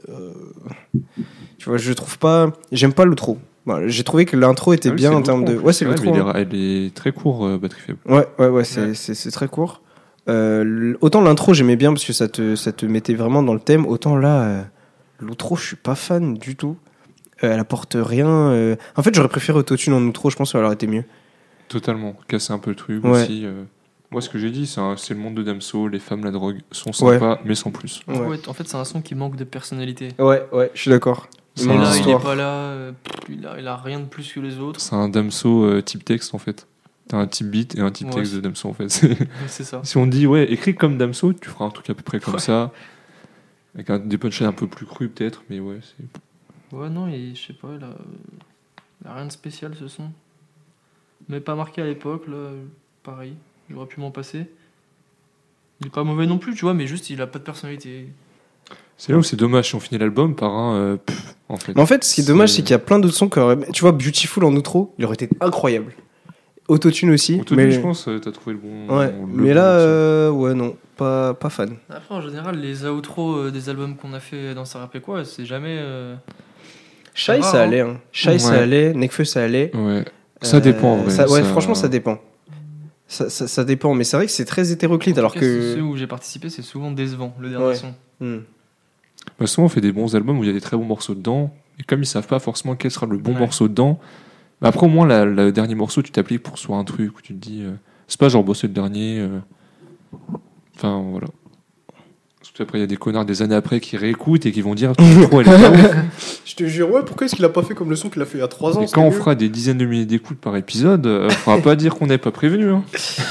Tu vois, je trouve pas. J'aime pas l'outro. Voilà, j'ai trouvé que l'intro était
Ah oui,
bien
c'est
en termes de.
l'outro,
Ouais, c'est
mais
l'outro. hein.
elle est très court, batterie faible.
Ouais, c'est très court. Autant l'intro, j'aimais bien parce que ça te mettait vraiment dans le thème. Autant là, l'outro, je suis pas fan du tout. Elle apporte rien. En fait, j'aurais préféré autotune en outro, je pense que ça aurait été mieux.
Totalement. Casser un peu le truc
Ouais.
aussi. Moi, ce que j'ai dit, c'est le monde de Damso, les femmes, la drogue sont sympas, mais sans plus.
Ouais.
Ouais, en fait, c'est un son qui manque de personnalité.
Ouais, je suis d'accord.
C'est
Il est
un-
là, il est
histoire.
pas là, il a rien de plus que les autres.
C'est un Damso type texte en fait. T'as un type beat et un type
Ouais,
texte
c'est-
de Damso en fait. C'est-
C'est ça.
si on dit ouais, écris comme Damso, tu feras un truc à peu près comme
Ouais.
ça. Avec des punchlines un peu plus crus peut-être, mais ouais.
Ouais, non, je sais pas, il a rien de spécial ce son. Mais pas marqué à l'époque, là, pareil, j'aurais pu m'en passer. Il est pas mauvais non plus, tu vois, mais juste il a pas de personnalité.
C'est là où c'est dommage si on finit l'album par un en fait.
Mais en fait, ce qui est dommage, c'est qu'il y a plein d'autres sons qui auraient. Tu vois, Beautiful en outro, il aurait été incroyable. Autotune aussi.
Autotune,
mais...
je pense, t'as trouvé le bon.
Ouais,
le
mais
bon
là,
morceau.
ouais, non, pas fan.
Après, en général, les outros des albums qu'on a fait dans Ça rappelait quoi, c'est jamais.
Shy,
va,
ça
hein.
allait. Hein. Shy, ça
Ouais.
allait. Nekfeu, ça allait.
Ouais. Ça dépend en vrai.
Ouais, franchement, ça dépend. Ça dépend, mais c'est vrai que c'est très hétéroclite. Alors
En tout cas,
que.
ceux où j'ai participé, c'est souvent décevant, le dernier
Ouais.
son.
Bah, souvent, on fait des bons albums où il y a des très bons morceaux dedans. Et comme ils savent pas forcément quel sera le bon
Ouais.
morceau dedans, bah, après, au moins, le dernier morceau, tu t'appliques pour soit un truc où tu te dis, c'est pas genre bosser le dernier. Enfin, voilà. Surtout après, il y a des connards des années après qui réécoutent et qui vont dire, ton micro, elle est pas ouf.
Je te jure, ouais, pourquoi est-ce qu'il a pas fait comme le son qu'il a fait il y a 3 ans
Et quand on fera des dizaines de milliers d'écoutes par épisode, faudra pas dire qu'on n'est pas prévenu. Hein.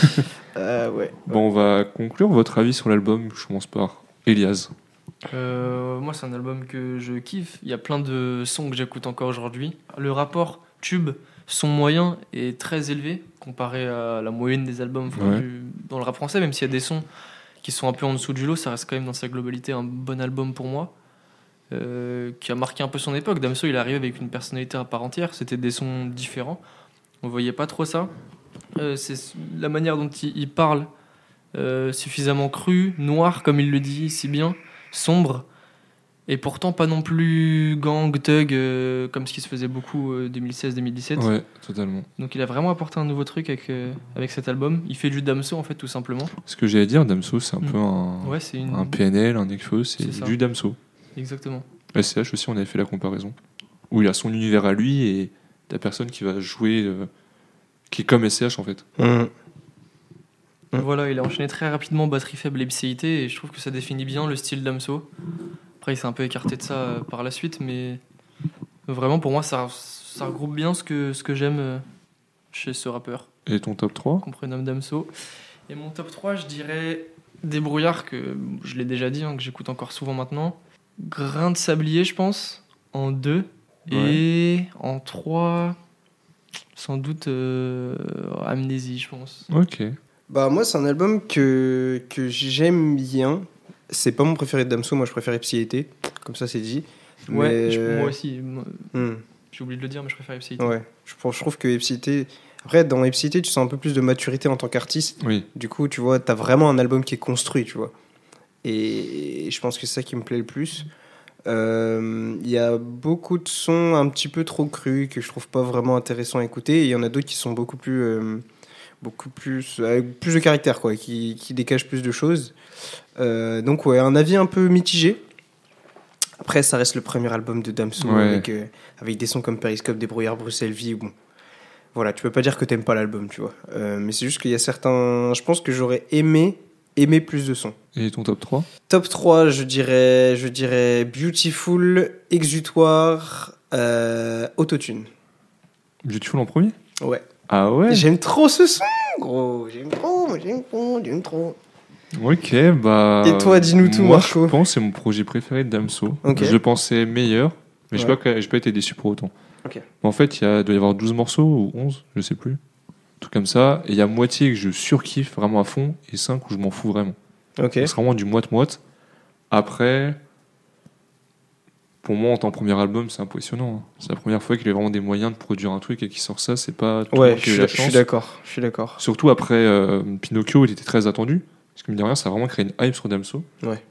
Ouais.
Bon, on va conclure. Votre avis sur l'album, je commence par Elias.
Moi, c'est un album que je kiffe. Il y a plein de sons que j'écoute encore aujourd'hui. Le rapport tube son moyen est très élevé comparé à la moyenne des albums vendus dans le rap français, même s'il y a des sons qui sont un peu en dessous du lot, ça reste quand même dans sa globalité un bon album pour moi, qui a marqué un peu son époque. Damso, il est arrivé avec une personnalité à part entière, c'était des sons différents, on voyait pas trop ça. C'est la manière dont il parle, suffisamment cru, noir comme il le dit si bien, sombre, et pourtant pas non plus gang, thug, comme ce qui se faisait beaucoup 2016-2017.
Ouais, totalement.
Donc il a vraiment apporté un nouveau truc avec cet album. Il fait du Damso en fait, tout simplement.
Ce que j'allais dire, Damso, c'est un peu
Ouais, c'est une...
un PNL, un Nekfeu,
C'est
c'est
ça.
du Damso.
Exactement.
SCH aussi, on avait fait la comparaison. Où il a son univers à lui et la personne qui va jouer, qui est comme SCH en fait.
Voilà, il a enchaîné très rapidement batterie faible et ipséité, et je trouve que ça définit bien le style Damso. Après, il s'est un peu écarté de ça par la suite, mais vraiment pour moi, ça regroupe bien ce que j'aime chez ce rappeur,
Et ton top 3
qu'on prénomme Damso. Et mon top 3, je dirais Débrouillard, que je l'ai déjà dit, hein, que j'écoute encore souvent maintenant. Grain de sablier, je pense, en 2. Et en 3, sans doute Amnésie, je pense.
Ok.
Bah, moi, c'est un album que j'aime bien. C'est pas mon préféré de Damso, moi je préfère Ipséité. Comme ça, c'est dit.
Ouais,
Mais-
moi aussi.
Hmm.
J'ai oublié de le dire, mais je préfère Ipséité.
Ouais, je trouve que Ipséité. Après, dans Ipséité, tu sens un peu plus de maturité en tant qu'artiste.
Oui.
Du coup, tu vois, t'as vraiment un album qui est construit, tu vois. Et je pense que c'est ça qui me plaît le plus. Il y a beaucoup de sons un petit peu trop crus que je trouve pas vraiment intéressants à écouter. Et il y en a d'autres qui sont beaucoup plus avec plus de caractère, quoi, qui dégagent plus de choses. Donc, ouais, un avis un peu mitigé. Après, ça reste le premier album de Damso
Ouais.
avec des sons comme Periscope, Débrouillard, Bruxelles Vie. Bon, voilà, tu peux pas dire que t'aimes pas l'album, tu vois. Mais c'est juste qu'il y a certains. Je pense que j'aurais aimé plus de sons.
Et ton top 3
Top 3, je dirais Beautiful, Exutoire, Autotune.
Beautiful en premier
Ouais.
Ah ouais.
J'aime trop ce son, gros. J'aime trop.
Ok, bah.
Et toi, dis-nous tout,
moi,
Marco.
Je pense que c'est mon projet préféré de Damso.
Ok.
Je le pensais meilleur, mais
Ouais.
j'ai pas été déçu pour autant.
Ok.
En fait, doit y avoir 12 morceaux ou 11, je sais plus. Un truc comme ça. Et il y a moitié que je surkiffe vraiment à fond et 5 où je m'en fous vraiment.
Ok.
C'est vraiment du moite-moite. Après, pour moi, en tant que premier album, c'est impressionnant. Hein. C'est la première fois qu'il a vraiment des moyens de produire un truc et qu'il sort ça. C'est pas tout le
Ouais,
monde qui a eu la
je
chance.
suis d'accord. Je suis d'accord.
Surtout après Pinocchio, il était très attendu. Parce que mine de rien, ça a vraiment créé une hype sur Damso.
Ouais.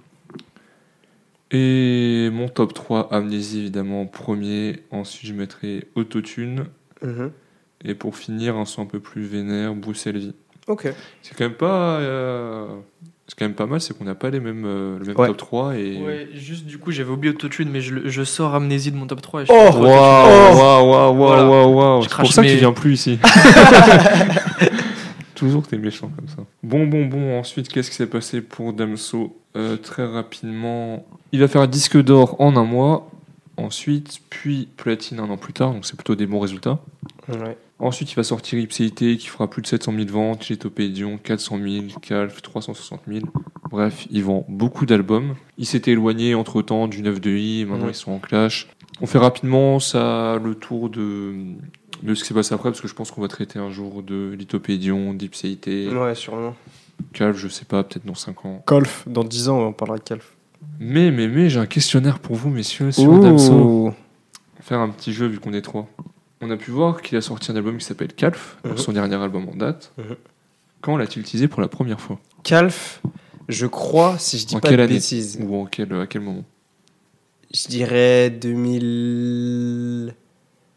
Et mon top 3, Amnésie évidemment en premier. Ensuite, je mettrai Autotune.
Mhm.
Et pour finir, un son un peu plus vénère, Bruxelles Vie.
Ok.
C'est quand même pas. C'est quand même pas mal, c'est qu'on n'a pas le même
Ouais.
top 3. Et...
Ouais, juste du coup, j'avais oublié Autotune, mais je sors Amnésie de mon top 3. Et
Oh,
je
Waouh.
Voilà. Je
C'est pour
crache
ça
mes-
qu'il vient plus ici. Toujours que t'es méchant comme ça. Bon. Ensuite, qu'est-ce qui s'est passé pour Damso très rapidement, il va faire un disque d'or en un mois. Ensuite, puis platine un an plus tard. Donc c'est plutôt des bons résultats.
Ouais.
Ensuite, il va sortir Ipséité qui fera plus de 700 000 ventes. Gétopédion, 400 000. Calf, 360 000. Bref, il vend beaucoup d'albums. Il s'était éloigné entre-temps du 9 de I. Et maintenant,
Ouais.
ils sont en clash. On fait rapidement le tour de ce qui s'est passé après, parce que je pense qu'on va traiter un jour de Lithopédion, d'Ipséité.
Ouais, sûrement.
Calf, je sais pas, peut-être dans 5 ans.
Calf, dans 10 ans, on parlera de Calf.
Mais, j'ai un questionnaire pour vous, messieurs, sur Damso. On va faire un petit jeu vu qu'on est 3. On a pu voir qu'il a sorti un album qui s'appelle Calf,
Mhm.
son dernier album en date.
Mhm.
Quand l'a-t-il utilisé pour la première fois?
Calf, je crois, si je dis
En
pas
quelle
de
année?
bêtises,
Ou à quel moment?
je dirais 2000.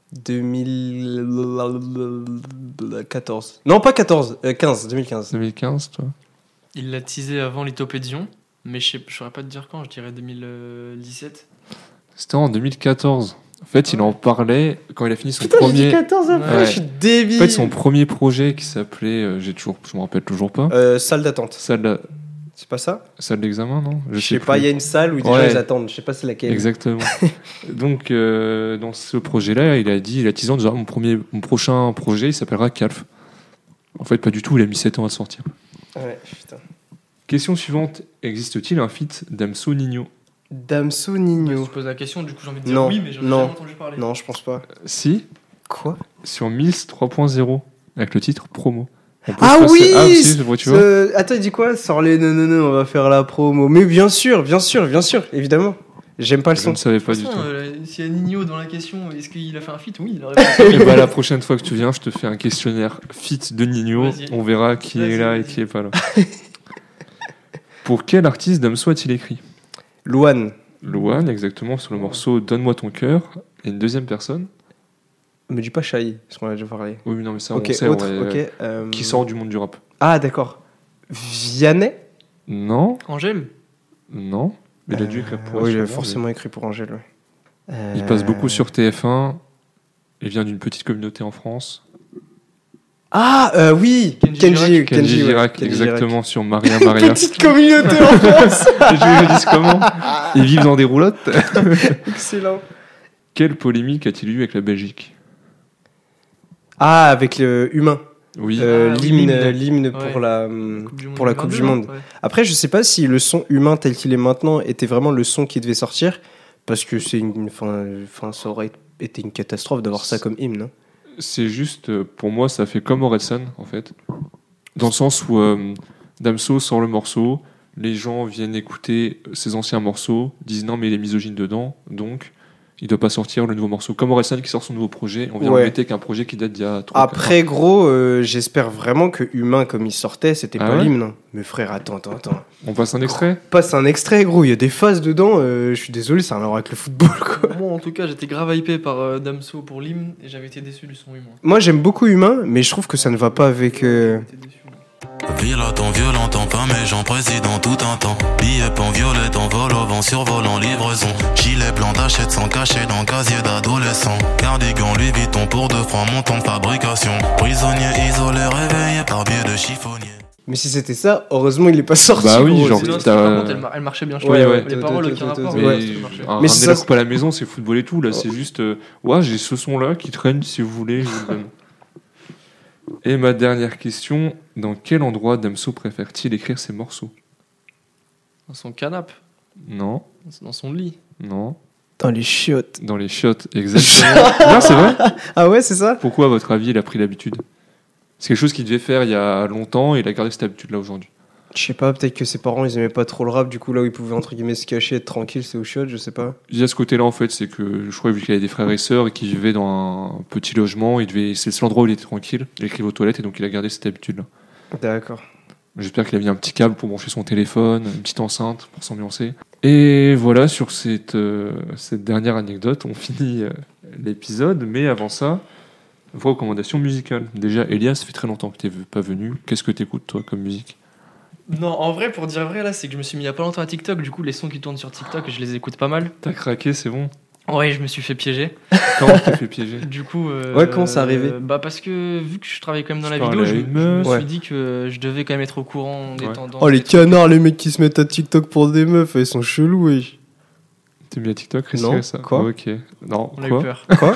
2014. Non, pas 14, 15, 2015.
2015, toi.
Il l'a teasé avant l'Ithopédion, mais je saurais pas te dire quand, je dirais 2017.
C'était en 2014. En fait, il en parlait quand il a fini son
Putain, j'ai dit
premier.
14 après,
Ouais.
je suis débile.
En fait, son premier projet qui s'appelait, je me rappelle toujours pas.
Salle d'attente.
Salle
C'est pas ça?
d'examen, non?
Je sais pas,
plus.
il y a une salle où déjà
Ouais.
ils attendent. Je sais pas c'est laquelle.
Exactement. Donc, dans ce projet-là, il a teasé en disant mon prochain projet, il s'appellera Calf. En fait, pas du tout, il a mis 7 ans à sortir.
Ouais, putain.
Question suivante, existe-t-il un feat Damso Nino?
Damso
Je
Nino.
pose la question, du coup j'ai envie de dire
Non,
oui, mais j'en ai
non.
jamais entendu parler.
Non, je pense pas.
Si,
Quoi?
sur Mills 3.0, avec le titre promo. On peut
Ah
se passer-
oui,
Ah, si, tu vois.
Attends, il dit quoi? Sors les non, on va faire la promo. Mais bien sûr, évidemment. J'aime pas le
Je
son.
ne savais
De
pas
toute
du
façon,
tout.
s'il y a Nino dans la question, est-ce qu'il a fait un feat? Oui, il a répondu.
Et bah, la prochaine fois que tu viens, je te fais un questionnaire feat de Nino.
Vas-y.
On verra qui est
Vas-y,
là et
vas-y.
qui est pas là. Pour quel artiste Damso a-t-il écrit?
Luan.
Luan, exactement, sur le morceau Donne-moi ton cœur. Et une deuxième personne.
Me dis pas Shai, parce qu'on a déjà parlé.
Oui, mais non, mais ça,
Ok,
on sait.
autre,
ouais,
ok.
Qui sort du monde du rap.
Ah, d'accord. Vianney?
Non,
Angèle?
non. Mais il a dû écrire pour
Oui, il
Asher,
a forcément écrit pour Angèle. Ouais.
Il passe beaucoup sur TF1. Il vient d'une petite communauté en France.
Ah, oui,
Kenji
Kenji
ouais,
Girac,
Kenji
exactement, sur Maria Maria.
Petite communauté en France.
Et je dis comment? Ils vivent dans des roulottes.
Excellent.
Quelle polémique a-t-il eu avec la Belgique?
Ah, avec le humain.
Oui.
L'hymne pour
Ouais.
la pour la Coupe du Monde.
Ouais.
Après, je sais pas si le son humain tel qu'il est maintenant était vraiment le son qui devait sortir, parce que c'est ça aurait été une catastrophe d'avoir ça comme hymne. Hein.
C'est juste, pour moi, ça fait comme Orelsan, en fait. Dans le sens où Damso sort le morceau, les gens viennent écouter ses anciens morceaux, disent non, mais il est misogyne dedans, donc il doit pas sortir le nouveau morceau. Comme Orelsan qui sort son nouveau projet, on vient
Ouais.
embêter qu'un projet qui date d'il y a 3
Après, gros, j'espère vraiment que humain comme il sortait, c'était
Ah
pas
ouais
l'hymne. Hein. Mais frère, attends.
On passe un extrait?
Passe un extrait, gros. Il y a des phases dedans. Je suis désolé, ça a un rapport avec le football, quoi.
Moi, en tout cas, j'étais grave hypé par Damso pour l'hymne et j'avais été déçu du son humain.
Moi, j'aime beaucoup humain, mais je trouve que ça ne va pas avec.
J'étais déçu.
Pilotant, violentant, pas méchant, président tout un temps. Billet pan violet, en vol au vent, survolant, livraison. Gilet blanc d'achète sans cacher dans casier d'adolescent. Cardigan, Louis Vuitton pour 2 francs, montant de fabrication. Prisonnier isolé, réveillé par biais de chiffonnier.
Mais si c'était ça, heureusement, il est pas sorti.
Bah oui,
gros.
genre,
Sinon,
t'as-
par contre, elle marchait bien, je
Ouais,
trouve.
ouais.
Les paroles, aucun rapport.
Ouais.
mais
Mais
ça marchait.
un
Mais
ramener
ça,
la coupe à la maison, c'est football et tout. Là, c'est juste, ouais, j'ai ce son-là qui traîne, si vous voulez, je vous le donne. Et ma dernière question, dans quel endroit Damso préfère-t-il écrire ses morceaux?
Dans son canapé,
Non,
dans son lit.
non.
Dans les chiottes.
Dans les chiottes, exactement. Non, c'est vrai.
Ah ouais, c'est ça?
Pourquoi, à votre avis, il a pris l'habitude? C'est quelque chose qu'il devait faire il y a longtemps et il a gardé cette habitude-là aujourd'hui.
Je sais pas, peut-être que ses parents ils aimaient pas trop le rap, du coup là où ils pouvaient entre guillemets se cacher, être tranquille, c'est au chiottes, je sais pas.
Il y a ce côté-là, en fait, c'est que je crois, vu qu'il avait des frères et sœurs et qu'il vivait dans un petit logement, c'est le seul endroit où il était tranquille. Il écrivait aux toilettes et donc il a gardé cette habitude-là.
D'accord.
J'espère qu'il a mis un petit câble pour brancher son téléphone, une petite enceinte pour s'ambiancer. Et voilà, sur cette dernière anecdote, on finit l'épisode. Mais avant ça, vos recommandations musicales. Déjà, Elias, ça fait très longtemps que tu n'es pas venu. Qu'est-ce que tu écoutes, toi, comme musique?
Non, en vrai, pour dire vrai, là, c'est que je me suis mis il y a pas longtemps à TikTok. Du coup, les sons qui tournent sur TikTok, je les écoute pas mal.
T'as craqué, c'est bon.
Ouais, je me suis fait piéger.
Comment tu t'es fait piéger?
Du coup.
Ouais, comment c'est arrivé?
Bah, parce que vu que je travaille quand même dans
Tu
la
parlais
vidéo,
à
je
une
me
meuf.
suis
Ouais.
dit que je devais quand même être au courant des
Ouais.
tendances.
Oh les
des trucs.
canards, les mecs qui se mettent à TikTok pour des meufs, ils sont chelous, wesh.
T'es mis à TikTok,
Non,
Chris, ça?
quoi?
Ah, ok. Non,
On a eu
quoi?
peur.
Quoi?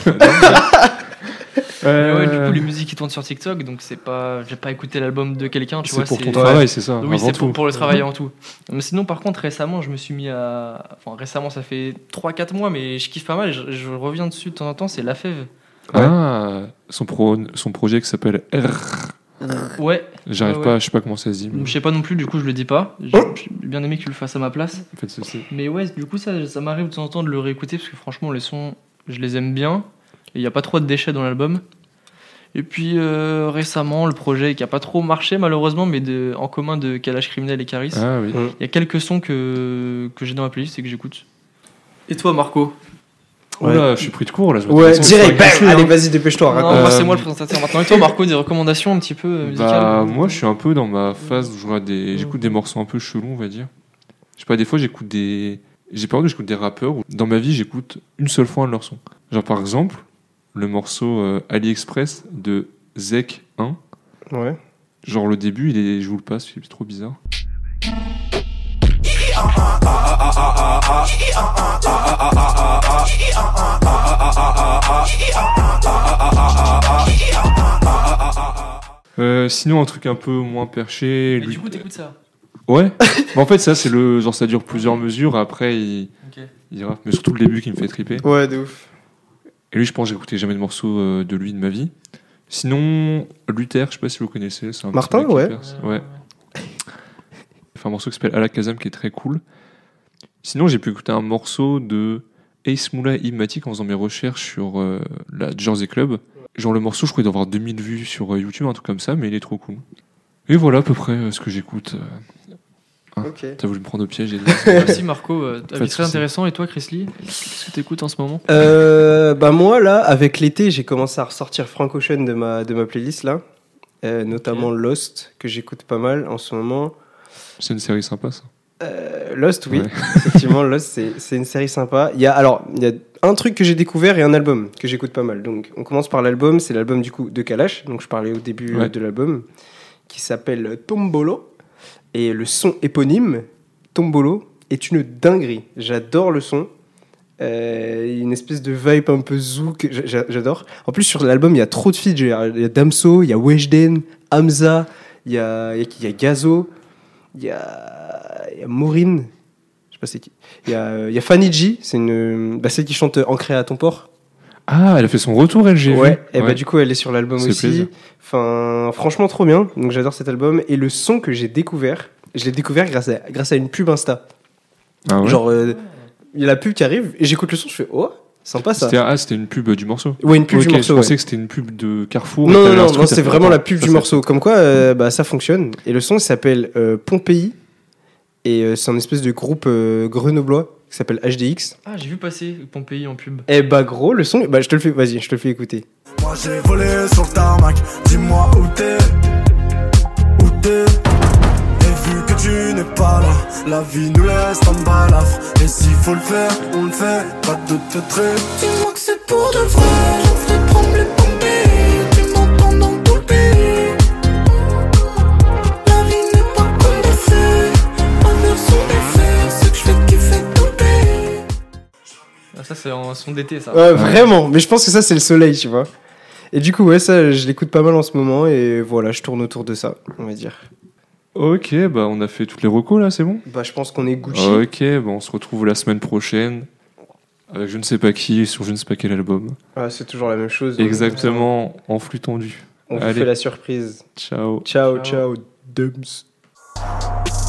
Mais ouais, du coup, les musiques qui tournent sur TikTok, donc c'est pas. J'ai pas écouté l'album de quelqu'un, tu vois.
C'est pour ton
c'est-
travail, c'est ça.
Oui,
avant
c'est
tout.
pour le travail avant tout. Mais sinon, par contre, récemment, je me suis mis à. Enfin, récemment, ça fait 3-4 mois, mais je kiffe pas mal. Je reviens dessus de temps en temps, c'est La Fève.
Ah, son projet qui s'appelle R.
Ouais,
J'arrive
Ouais,
pas,
ouais.
je sais pas comment ça se dit. mais
je sais pas non plus, du coup, je le dis pas. J'ai bien aimé que tu le fasses à ma place.
En fait, c'est.
Mais ouais, du coup, ça m'arrive de temps en temps de le réécouter parce que franchement, les sons, je les aime bien. Et il n'y a pas trop de déchets dans l'album. Et puis récemment, le projet qui a pas trop marché malheureusement, mais en commun de Kalash Criminel et Caris.
Ah oui.
Il y a quelques sons que j'ai dans ma playlist et que j'écoute. Et toi, Marco?
Oh là, je suis pris de court là. je
Ouais,
m'attendais
direct,
à
bam,
glisser,
allez,
hein.
vas-y, dépêche-toi,
Non,
raconte.
bah, c'est moi le présentateur maintenant. Et toi, Marco, des recommandations un petit peu musicales
Bah, moi, je suis un peu dans ma phase où j'écoute des morceaux un peu chelous, on va dire. Je sais pas, des fois, j'écoute des. J'ai peur que j'écoute des rappeurs où, dans ma vie, j'écoute une seule fois un de leurs sons. Genre, par exemple, le morceau AliExpress de Zek 1.
Ouais.
Genre, le début, je vous le passe, c'est trop bizarre. Sinon, un truc un peu moins perché.
Mais du coup, t'écoutes ça.
Ouais. Bah, en fait, ça, c'est le. Genre, ça dure plusieurs mesures. Après, il rappe. Mais surtout le début qui me fait triper.
Ouais, de ouf.
Et lui, je pense que j'ai écouté jamais de morceau de lui de ma vie. Sinon, Luther, je sais pas si vous connaissez. C'est un
Martin,
petit mec qui
ouais.
perce. Ouais. Il fait un morceau qui s'appelle Alakazam qui est très cool. Sinon, j'ai pu écouter un morceau de Ace Moula Ibmatic en faisant mes recherches sur la Jersey Club. Genre, le morceau, je crois qu'il doit avoir 2000 vues sur YouTube, un truc comme ça, mais il est trop cool. Et voilà à peu près ce que j'écoute.
Ok.
T'as voulu me prendre au piège,
Merci Marco,
Pas de
avis très
soucis.
intéressant. Et toi, Chrisley, qu'est-ce que t'écoutes en ce moment?
Bah moi là, avec l'été, j'ai commencé à ressortir Frank Ocean de ma playlist là, notamment Lost que j'écoute pas mal en ce moment.
C'est une série sympa, ça.
Lost, oui,
Ouais.
effectivement, Lost c'est une série sympa. Il y a un truc que j'ai découvert et un album que j'écoute pas mal. Donc on commence par l'album, c'est l'album du coup de Kalash, donc je parlais au début
Ouais.
de l'album, qui s'appelle Tombolo et le son éponyme Tombolo est une dinguerie. J'adore le son. Une espèce de vibe un peu zouk, j'adore. En plus, sur l'album, il y a trop de feats. Il y a Damso, il y a Weshden, Hamza, il y a Gazo, il y a Maureen, je sais pas c'est qui. Il y a Fanny G, c'est celle qui chante Ancré à ton port.
Ah, elle a fait son retour, elle, j'ai vu.
Ouais, et bah du coup, elle est sur l'album
Ça fait
aussi.
plaisir.
Enfin, franchement, trop bien. Donc j'adore cet album. Et le son que j'ai découvert, je l'ai découvert grâce à une pub Insta.
Ah ouais.
Genre, il y a la pub qui arrive et j'écoute le son, je fais oh, sympa ça.
C'était une pub du morceau.
Ouais, une pub
Ok,
du morceau.
je pensais
Ouais.
que c'était une pub de Carrefour.
Non,
et
non,
t'avais
non,
l'instru,
non,
t'as
c'est
fait,
vraiment
oh,
la pub
ça,
du
c'est
morceau. Comme quoi, bah, ça fonctionne. Et le son, il s'appelle Pompéi. Et c'est un espèce de groupe grenoblois qui s'appelle HDX.
Ah, j'ai vu passer Pompéi en pub.
Et bah, gros, le son, bah, je te le fais, vas-y, je te le fais écouter.
Moi j'ai volé sur le tarmac, dis-moi où t'es. Et vu que tu n'es pas là, la vie nous laisse en balafre. Et s'il faut le faire, on le fait, pas de te trait. Dis-moi que c'est pour de vrai, j'en fais trembler Pompéi. Tu m'entends dans tout le pays. La vie n'est pas comme des faits, ma mère sont des faits, c'est que je fais kiffer tout le pays.
Ah, ça, c'est en son d'été, ça.
Ouais, vraiment. Mais je pense que ça, c'est le soleil, tu vois. Et du coup, ouais, ça, je l'écoute pas mal en ce moment. Et voilà, je tourne autour de ça, on va dire.
Ok, bah on a fait toutes les recos là, c'est bon.
Bah, je pense qu'on est Gucci.
Ok, bah on se retrouve la semaine prochaine avec je ne sais pas qui sur je ne sais pas quel album.
Ah, c'est toujours la même chose.
Exactement, en flux tendu.
On vous
Allez.
fait la surprise.
Ciao.
Ciao,
Ciao.
ciao, Dubs.